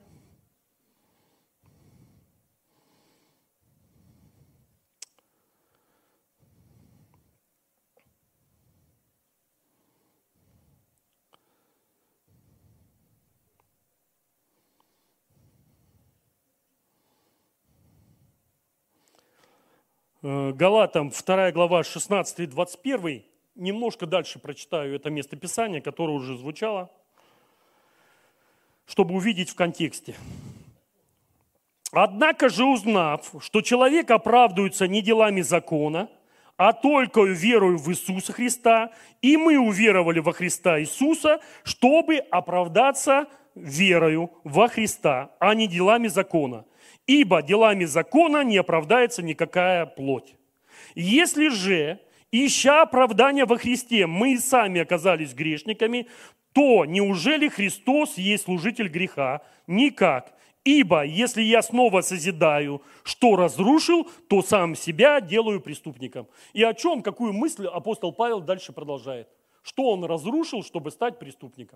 Speaker 1: Галатам вторая глава, шестнадцатый и двадцать первый. Немножко дальше прочитаю это место Писания, которое уже звучало, чтобы увидеть в контексте. «Однако же, узнав, что человек оправдывается не делами закона, а только верою в Иисуса Христа, и мы уверовали во Христа Иисуса, чтобы оправдаться верою во Христа, а не делами закона. Ибо делами закона не оправдается никакая плоть. Если же, ища оправдания во Христе, мы и сами оказались грешниками, то неужели Христос есть служитель греха? Никак. Ибо если я снова созидаю, что разрушил, то сам себя делаю преступником». И о чем, какую мысль апостол Павел дальше продолжает? Что он разрушил, чтобы стать преступником?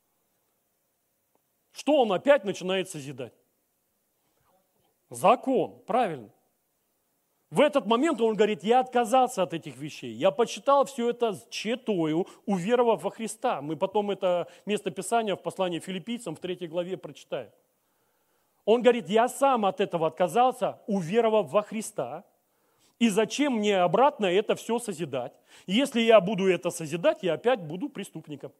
Speaker 1: Что он опять начинает созидать? Закон, правильно. В этот момент он говорит: я отказался от этих вещей. Я почитал все это тщетою, уверовав во Христа. Мы потом это место Писания в послании Филиппийцам в третьей главе прочитаем. Он говорит: я сам от этого отказался, уверовав во Христа. И зачем мне обратно это все созидать? Если я буду это созидать, я опять буду преступником.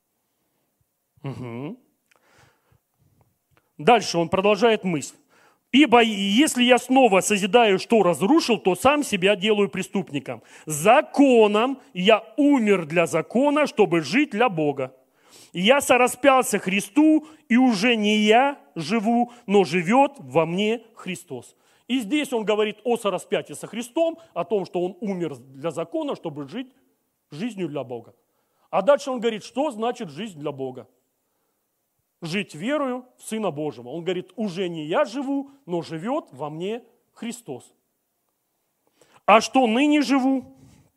Speaker 1: Угу. Дальше он продолжает мысль. Ибо если я снова созидаю, что разрушил, то сам себя делаю преступником. Законом я умер для закона, чтобы жить для Бога. Я сораспялся Христу, и уже не я живу, но живет во мне Христос. И здесь он говорит о сораспятии со Христом, о том, что он умер для закона, чтобы жить жизнью для Бога. А дальше он говорит, что значит жизнь для Бога? Жить верою в Сына Божьего. Он говорит, уже не я живу, но живет во мне Христос. А что ныне живу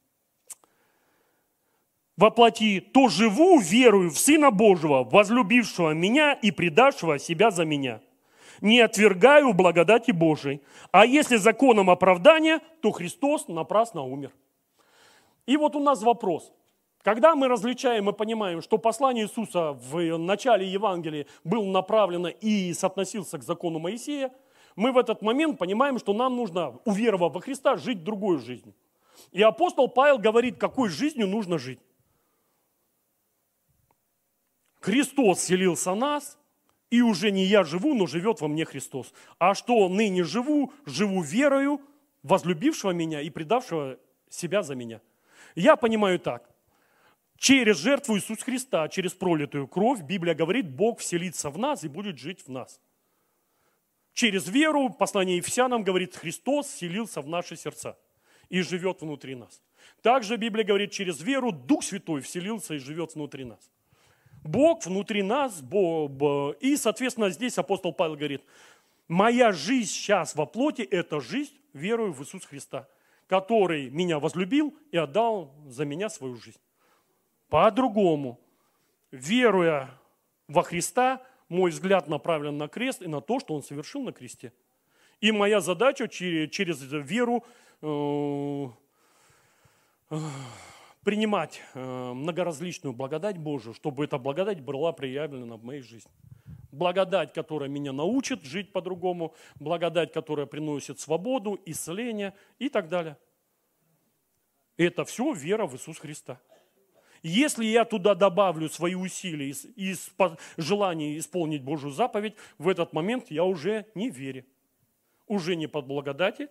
Speaker 1: во плоти, то живу верою в Сына Божьего, возлюбившего меня и предавшего себя за меня. Не отвергаю благодати Божией. А если законом оправдания, то Христос напрасно умер. И вот у нас вопрос. Когда мы различаем и понимаем, что послание Иисуса в начале Евангелия было направлено и соотносился к закону Моисея, мы в этот момент понимаем, что нам нужно, уверовав во Христа, жить другой жизнью. И апостол Павел говорит, какой жизнью нужно жить. Христос вселился в нас, и уже не я живу, но живет во мне Христос. А что ныне живу, живу верою возлюбившего меня и предавшего себя за меня. Я понимаю так. Через жертву Иисуса Христа, через пролитую кровь, Библия говорит, Бог вселится в нас и будет жить в нас. Через веру, послание Ефесянам говорит, Христос вселился в наши сердца и живет внутри нас. Также Библия говорит, через веру Дух Святой вселился и живет внутри нас. Бог внутри нас, Бог, и, соответственно, здесь апостол Павел говорит, моя жизнь сейчас во плоти – это жизнь верою в Иисуса Христа, который меня возлюбил и отдал за меня свою жизнь. По-другому, веруя во Христа, мой взгляд направлен на крест и на то, что Он совершил на кресте. И моя задача через веру э, э, принимать э, многоразличную благодать Божию, чтобы эта благодать была проявлена в моей жизни. Благодать, которая меня научит жить по-другому, благодать, которая приносит свободу, исцеление и так далее. Это все вера в Иисуса Христа. Если я туда добавлю свои усилия и желание исполнить Божью заповедь, в этот момент я уже не в вере, уже не под благодати,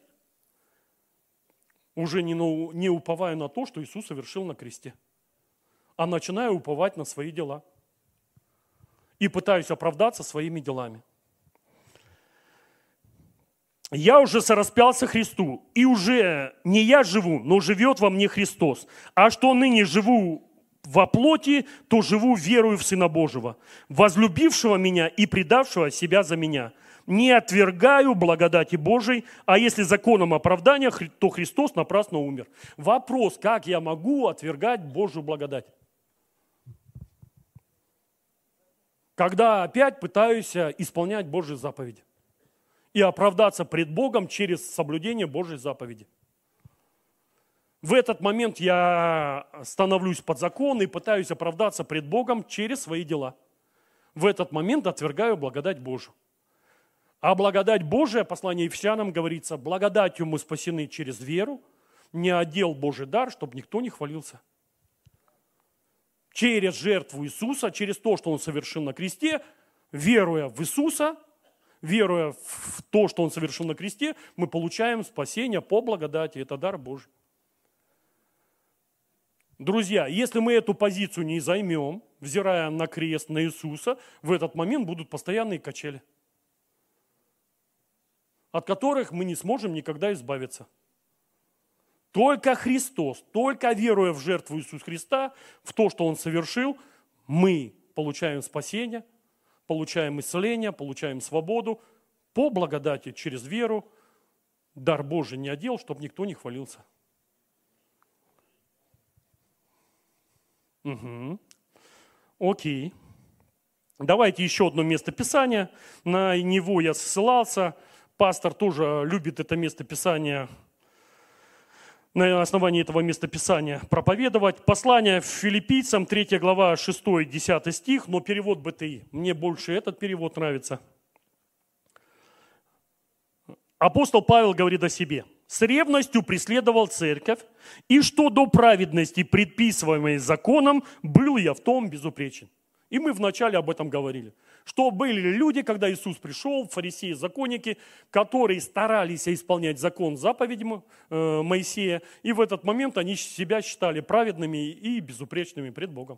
Speaker 1: уже не, не уповаю на то, что Иисус совершил на кресте, а начинаю уповать на свои дела и пытаюсь оправдаться своими делами. Я уже сораспялся Христу, и уже не я живу, но живет во мне Христос. А что ныне живу во плоти, то живу верою в Сына Божьего, возлюбившего меня и предавшего себя за меня. Не отвергаю благодати Божией, а если законом оправдания, то Христос напрасно умер. Вопрос, как я могу отвергать Божью благодать? Когда опять пытаюсь исполнять Божьи заповеди и оправдаться пред Богом через соблюдение Божьей заповеди. В этот момент я становлюсь под закон и пытаюсь оправдаться пред Богом через свои дела. В этот момент отвергаю благодать Божию. А благодать Божия, послание Ефесянам говорится, благодатью мы спасены через веру, не одел Божий дар, чтобы никто не хвалился. Через жертву Иисуса, через то, что Он совершил на кресте, веруя в Иисуса, веруя в то, что Он совершил на кресте, мы получаем спасение по благодати. Это дар Божий. Друзья, если мы эту позицию не займем, взирая на крест, на Иисуса, в этот момент будут постоянные качели, от которых мы не сможем никогда избавиться. Только Христос, только веруя в жертву Иисуса Христа, в то, что Он совершил, мы получаем спасение, получаем исцеление, получаем свободу по благодати через веру. Дар Божий не одел, чтобы никто не хвалился. Угу. Окей. Давайте еще одно место Писания. На него я ссылался. Пастор тоже любит это место Писания, на основании этого места Писания проповедовать. Послание Филиппийцам, третья глава, шестой-десятый стих, но перевод бэ тэ и. Мне больше этот перевод нравится. Апостол Павел говорит о себе. «С ревностью преследовал церковь, и что до праведности, предписываемой законом, был я в том безупречен». И мы вначале об этом говорили, Что были люди, когда Иисус пришел, фарисеи, законники, которые старались исполнять закон заповедям э, Моисея, и в этот момент они себя считали праведными и безупречными пред Богом.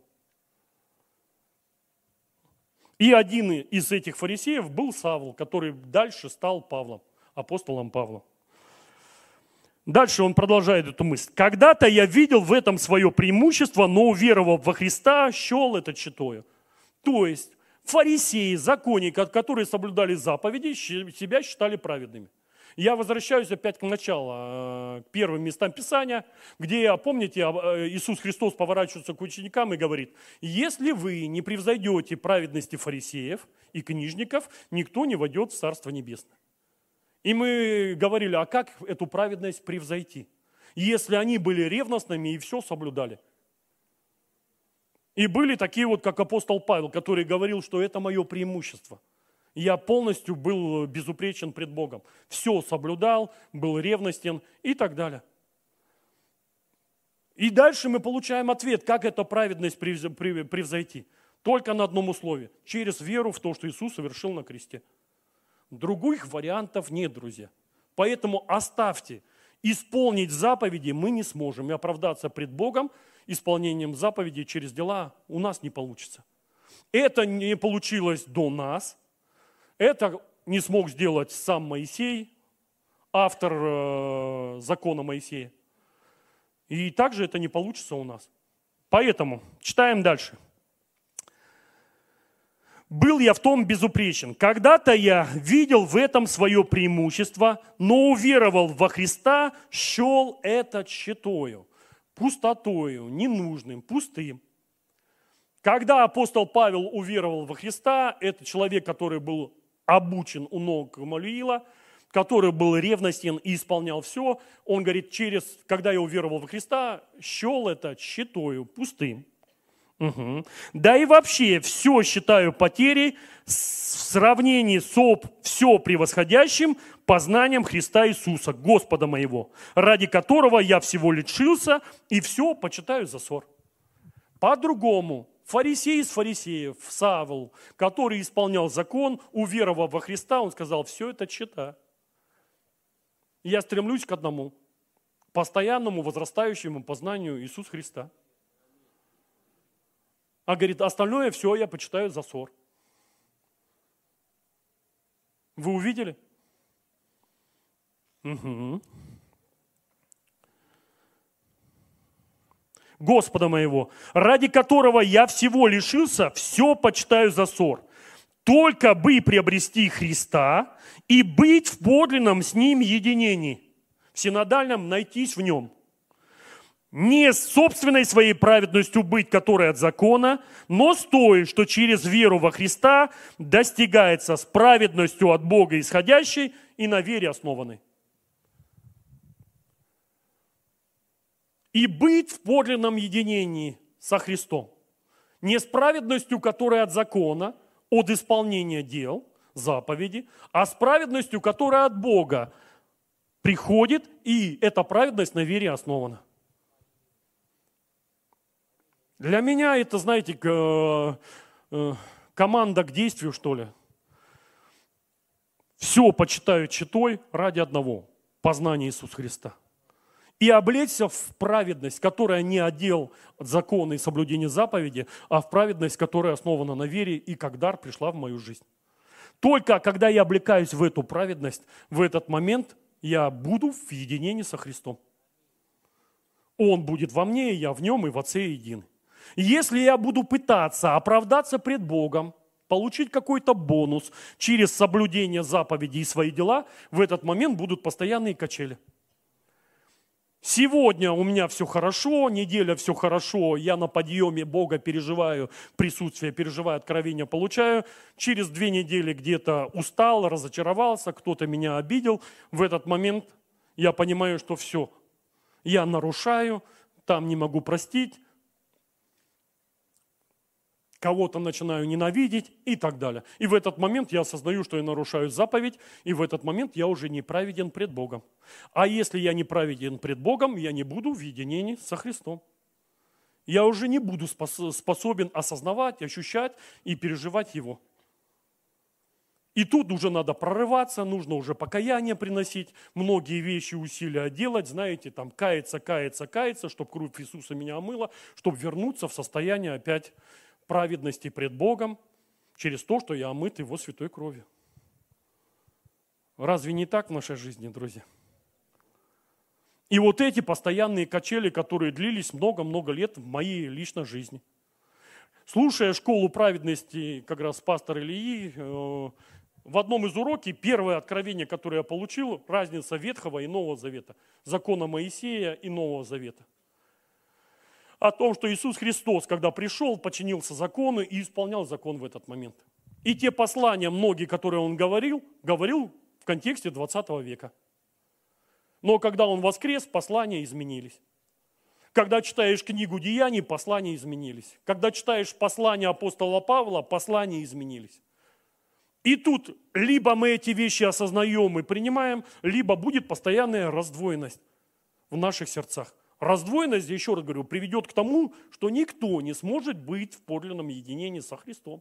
Speaker 1: И один из этих фарисеев был Савл, который дальше стал Павлом, апостолом Павлом. Дальше он продолжает эту мысль. «Когда-то я видел в этом свое преимущество, но, уверовав во Христа, счел это тщетою». То есть фарисеи, законники, которые соблюдали заповеди, себя считали праведными. Я возвращаюсь опять к началу, к первым местам Писания, где, помните, Иисус Христос поворачивается к ученикам и говорит: «Если вы не превзойдете праведности фарисеев и книжников, никто не войдет в Царство Небесное». И мы говорили, а как эту праведность превзойти, если они были ревностными и все соблюдали? И были такие вот, как апостол Павел, который говорил, что это мое преимущество. Я полностью был безупречен пред Богом. Все соблюдал, был ревностен и так далее. И дальше мы получаем ответ, как эту праведность превзойти. Только на одном условии. Через веру в то, что Иисус совершил на кресте. Других вариантов нет, друзья. Поэтому оставьте. Исполнить заповеди мы не сможем. И оправдаться пред Богом исполнением заповедей через дела у нас не получится. Это не получилось до нас. Это не смог сделать сам Моисей, автор э, закона Моисея. И также это не получится у нас. Поэтому читаем дальше. «Был я в том безупречен. Когда-то я видел в этом свое преимущество, но уверовал во Христа, счел это тщетою, пустотою, ненужным, пустым». Когда апостол Павел уверовал во Христа, это человек, который был обучен у ног Гамалиила, который был ревностен и исполнял все, он говорит, через, когда я уверовал во Христа, счел это тщетою, пустым. Угу. Да и вообще все считаю потерей в сравнении с об все превосходящим познанием Христа Иисуса, Господа моего, ради которого я всего лишился и все почитаю за ссор. По-другому, фарисей из фарисеев, Савл, который исполнял закон, уверовав во Христа, он сказал, все это тщета. Я стремлюсь к одному, постоянному возрастающему познанию Иисуса Христа. А говорит, остальное все я почитаю за ссор. Вы увидели? Угу. Господа моего, ради которого я всего лишился, все почитаю за ссор. Только бы приобрести Христа и быть в подлинном с Ним единении, в синодальном найтись в Нем. Не с собственной своей праведностью быть, которая от закона, но с той, что через веру во Христа достигается с праведностью от Бога исходящей и на вере основанной. И быть в подлинном единении со Христом. Не с праведностью, которая от закона, от исполнения дел, заповеди, а с праведностью, которая от Бога приходит, и эта праведность на вере основана. Для меня это, знаете, команда к действию, что ли. Все почитаю читой ради одного – познания Иисуса Христа. И облечься в праведность, которая не отдел от закона и соблюдения заповеди, а в праведность, которая основана на вере и как дар пришла в мою жизнь. Только когда я облекаюсь в эту праведность, в этот момент я буду в единении со Христом. Он будет во мне, и я в нем, и в Отце едины. Если я буду пытаться оправдаться пред Богом, получить какой-то бонус через соблюдение заповедей и свои дела, в этот момент будут постоянные качели. Сегодня у меня все хорошо, неделя все хорошо, я на подъеме Бога переживаю, присутствие переживаю, откровения получаю. Через две недели где-то устал, разочаровался, кто-то меня обидел. В этот момент я понимаю, что все, я нарушаю, там не могу простить, кого-то начинаю ненавидеть и так далее. И в этот момент я осознаю, что я нарушаю заповедь, и в этот момент я уже не праведен пред Богом. А если я не праведен пред Богом, я не буду в единении со Христом. Я уже не буду способен осознавать, ощущать и переживать Его. И тут уже надо прорываться, нужно уже покаяние приносить, многие вещи, усилия делать, знаете, там каяться, каяться, каяться, чтобы кровь Иисуса меня омыла, чтобы вернуться в состояние опять праведности пред Богом через то, что я омыт Его святой кровью. Разве не так в нашей жизни, друзья? И вот эти постоянные качели, которые длились много-много лет в моей личной жизни. Слушая школу праведности как раз пастора Ильи, э, в одном из уроков первое откровение, которое я получил, разница Ветхого и Нового Завета, закона Моисея и Нового Завета. О том, что Иисус Христос, когда пришел, подчинился закону и исполнял закон в этот момент. И те послания, многие, которые Он говорил, говорил в контексте двадцатого века. Но когда Он воскрес, послания изменились. Когда читаешь книгу Деяний, послания изменились. Когда читаешь послания апостола Павла, послания изменились. И тут либо мы эти вещи осознаем и принимаем, либо будет постоянная раздвоенность в наших сердцах. Раздвоенность, еще раз говорю, приведет к тому, что никто не сможет быть в подлинном единении со Христом.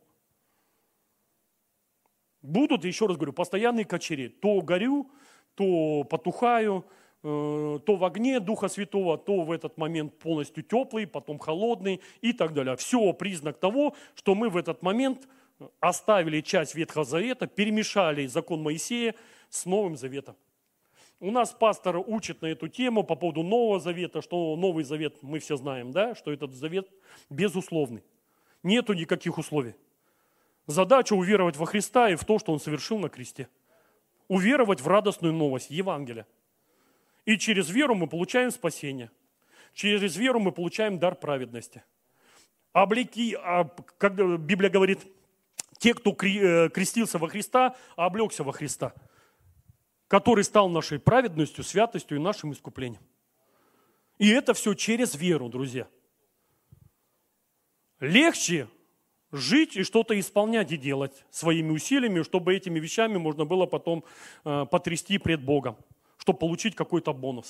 Speaker 1: Будут, еще раз говорю, постоянные качели. То горю, то потухаю, то в огне Духа Святого, то в этот момент полностью теплый, потом холодный и так далее. Все признак того, что мы в этот момент оставили часть Ветхого Завета, перемешали закон Моисея с Новым Заветом. У нас пастор учит на эту тему по поводу Нового Завета, что Новый Завет, мы все знаем, да, что этот завет безусловный. Нету никаких условий. Задача уверовать во Христа и в то, что Он совершил на кресте. Уверовать в радостную новость, Евангелие. И через веру мы получаем спасение. Через веру мы получаем дар праведности. Облеки, когда Библия говорит, те, кто крестился во Христа, облегся во Христа, который стал нашей праведностью, святостью и нашим искуплением. И это все через веру, друзья. Легче жить и что-то исполнять и делать своими усилиями, чтобы этими вещами можно было потом потрясти пред Богом, чтобы получить какой-то бонус.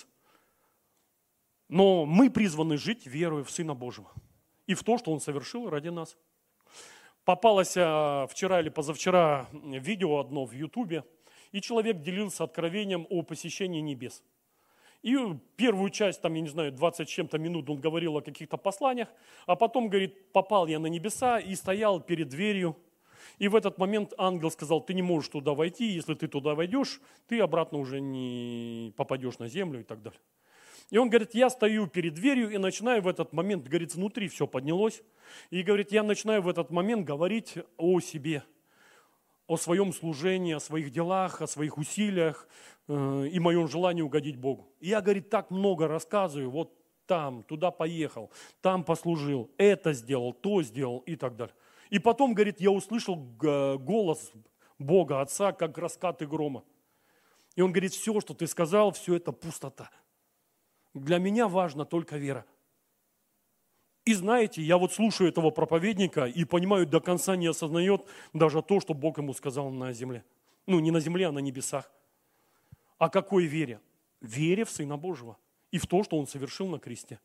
Speaker 1: Но мы призваны жить верой в Сына Божьего и в то, что Он совершил ради нас. Попалось вчера или позавчера видео одно в Ютубе, и человек делился откровением о посещении небес. И первую часть, там, я не знаю, двадцать с чем-то минут он говорил о каких-то посланиях, а потом, говорит, попал я на небеса и стоял перед дверью. И в этот момент ангел сказал, ты не можешь туда войти, если ты туда войдешь, ты обратно уже не попадешь на землю и так далее. И он говорит, я стою перед дверью и начинаю в этот момент, говорит, внутри все поднялось. И говорит, я начинаю в этот момент говорить о себе, о своем служении, о своих делах, о своих усилиях э, и моем желании угодить Богу. И я, говорит, так много рассказываю, вот там, туда поехал, там послужил, это сделал, то сделал и так далее. И потом, говорит, я услышал голос Бога, Отца, как раскаты грома. И он говорит, все, что ты сказал, все это пустота. Для меня важна только вера. И знаете, я вот слушаю этого проповедника и понимаю, до конца не осознает даже то, что Бог ему сказал на земле. Ну, не на земле, а на небесах. О какой вере? Вере в Сына Божьего и в то, что Он совершил на кресте.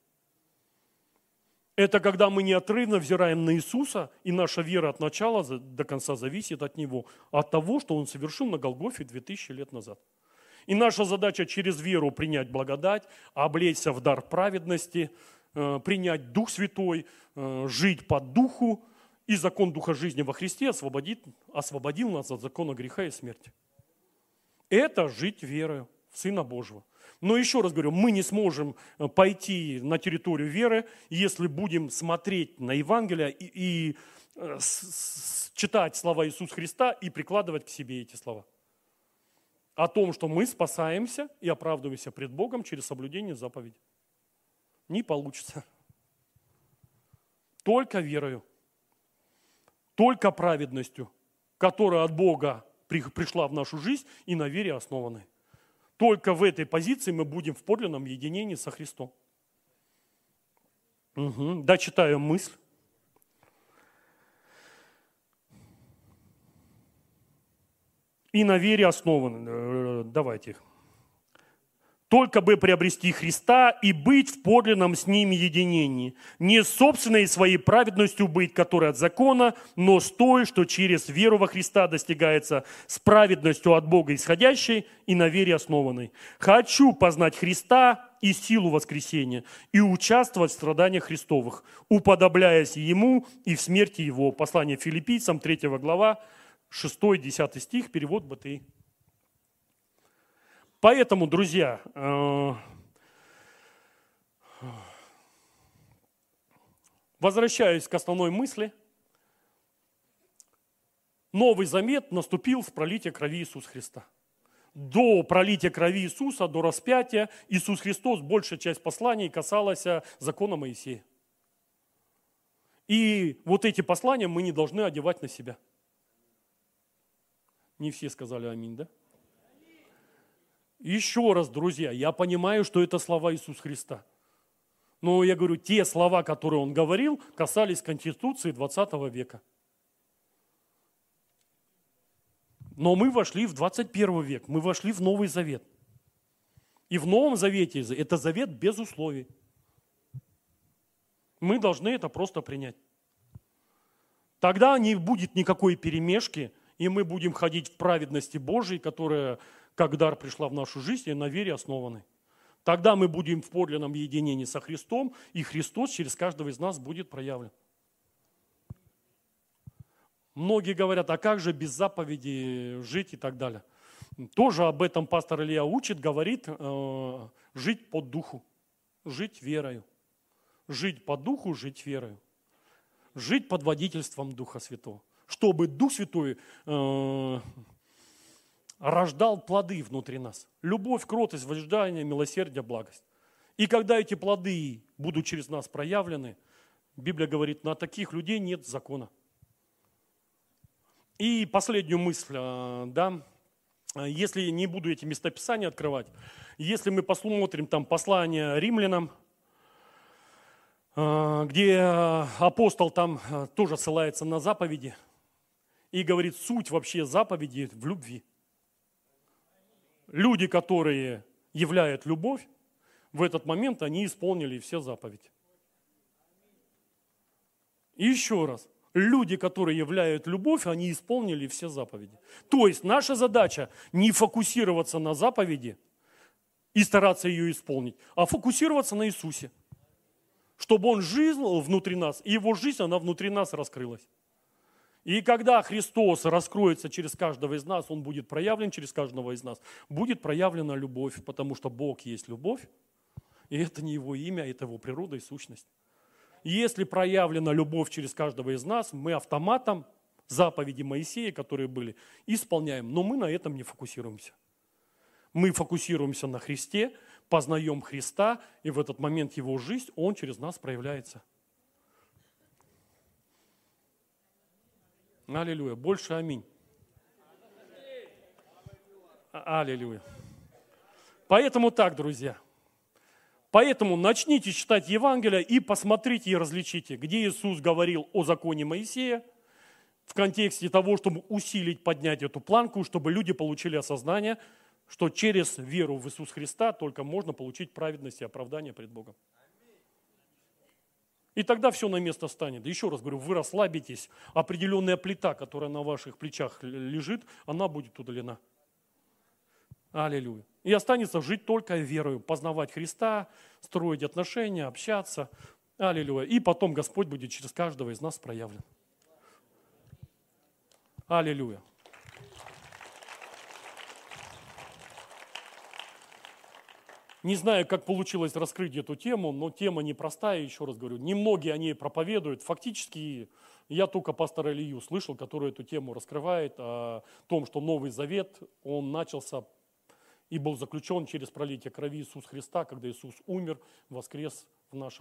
Speaker 1: Это когда мы неотрывно взираем на Иисуса, и наша вера от начала до конца зависит от Него, от того, что Он совершил на Голгофе две тысячи лет назад. И наша задача через веру принять благодать, облечься в дар праведности, принять Дух Святой, жить по Духу, и закон Духа жизни во Христе освободит, освободил нас от закона греха и смерти. Это жить верою в Сына Божьего. Но еще раз говорю, мы не сможем пойти на территорию веры, если будем смотреть на Евангелие и, и с, с, читать слова Иисуса Христа и прикладывать к себе эти слова. О том, что мы спасаемся и оправдываемся пред Богом через соблюдение заповедей. Не получится. Только верою, только праведностью, которая от Бога пришла в нашу жизнь и на вере основанной. Только в этой позиции мы будем в подлинном единении со Христом. Угу. Дочитаю мысль. И на вере основаны. Давайте их. только бы приобрести Христа и быть в подлинном с Ним единении, не собственной своей праведностью быть, которая от закона, но с той, что через веру во Христа достигается, с праведностью от Бога исходящей и на вере основанной. Хочу познать Христа и силу воскресения, и участвовать в страданиях Христовых, уподобляясь Ему и в смерти Его». Послание Филиппийцам, третья глава, шестой-десятый стих, перевод БТИ. Поэтому, друзья, возвращаясь к основной мысли, Новый Завет наступил с пролития крови Иисуса Христа. До пролития крови Иисуса, до распятия, Иисус Христос, большая часть посланий касалась закона Моисея. И вот эти послания мы не должны одевать на себя. Не все сказали аминь, да? Еще раз, друзья, я понимаю, что это слова Иисуса Христа. Но я говорю, те слова, которые Он говорил, касались Конституции двадцатого века. Но мы вошли в двадцать первый век, мы вошли в Новый Завет. И в Новом Завете это завет без условий. Мы должны это просто принять. Тогда не будет никакой перемешки, и мы будем ходить в праведности Божией, которая как дар пришла в нашу жизнь и на вере основаны. Тогда мы будем в подлинном единении со Христом, и Христос через каждого из нас будет проявлен. Многие говорят, а как же без заповеди жить и так далее. Тоже об этом пастор Илья учит, говорит, э, жить по духу, жить верою. Жить по духу, жить верою. Жить под водительством Духа Святого. Чтобы Дух Святой э, рождал плоды внутри нас. Любовь, кротость, возждание, милосердие, благость. И когда эти плоды будут через нас проявлены, Библия говорит, на таких людей нет закона. И последнюю мысль, да, если не буду эти местописания открывать, если мы посмотрим там послание римлянам, где апостол там тоже ссылается на заповеди и говорит, суть вообще заповеди в любви. Люди, которые являют любовь, в этот момент они исполнили все заповеди. И еще раз. Люди, которые являют любовь, они исполнили все заповеди. То есть наша задача не фокусироваться на заповеди и стараться ее исполнить, а фокусироваться на Иисусе. Чтобы Он жил внутри нас, и Его жизнь, она внутри нас раскрылась. И когда Христос раскроется через каждого из нас, Он будет проявлен через каждого из нас, будет проявлена любовь, потому что Бог есть любовь, и это не Его имя, это Его природа и сущность. Если проявлена любовь через каждого из нас, мы автоматом заповеди Моисея, которые были, исполняем. Но мы на этом не фокусируемся. Мы фокусируемся на Христе, познаем Христа, и в этот момент Его жизнь, Он через нас проявляется. Аллилуйя. Больше аминь. Аллилуйя. Поэтому так, друзья. Поэтому начните читать Евангелие и посмотрите и различите, где Иисус говорил о законе Моисея в контексте того, чтобы усилить, поднять эту планку, чтобы люди получили осознание, что через веру в Иисуса Христа только можно получить праведность и оправдание пред Богом. И тогда все на место станет. Еще раз говорю, вы расслабитесь, определенная плита, которая на ваших плечах лежит, она будет удалена. Аллилуйя. И останется жить только верою, познавать Христа, строить отношения, общаться. Аллилуйя. И потом Господь будет через каждого из нас проявлен. Аллилуйя. Не знаю, как получилось раскрыть эту тему, но тема непростая, еще раз говорю. Немногие о ней проповедуют. Фактически я только пастора Илью слышал, который эту тему раскрывает, о том, что Новый Завет, он начался и был заключен через пролитие крови Иисуса Христа, когда Иисус умер, воскрес в наше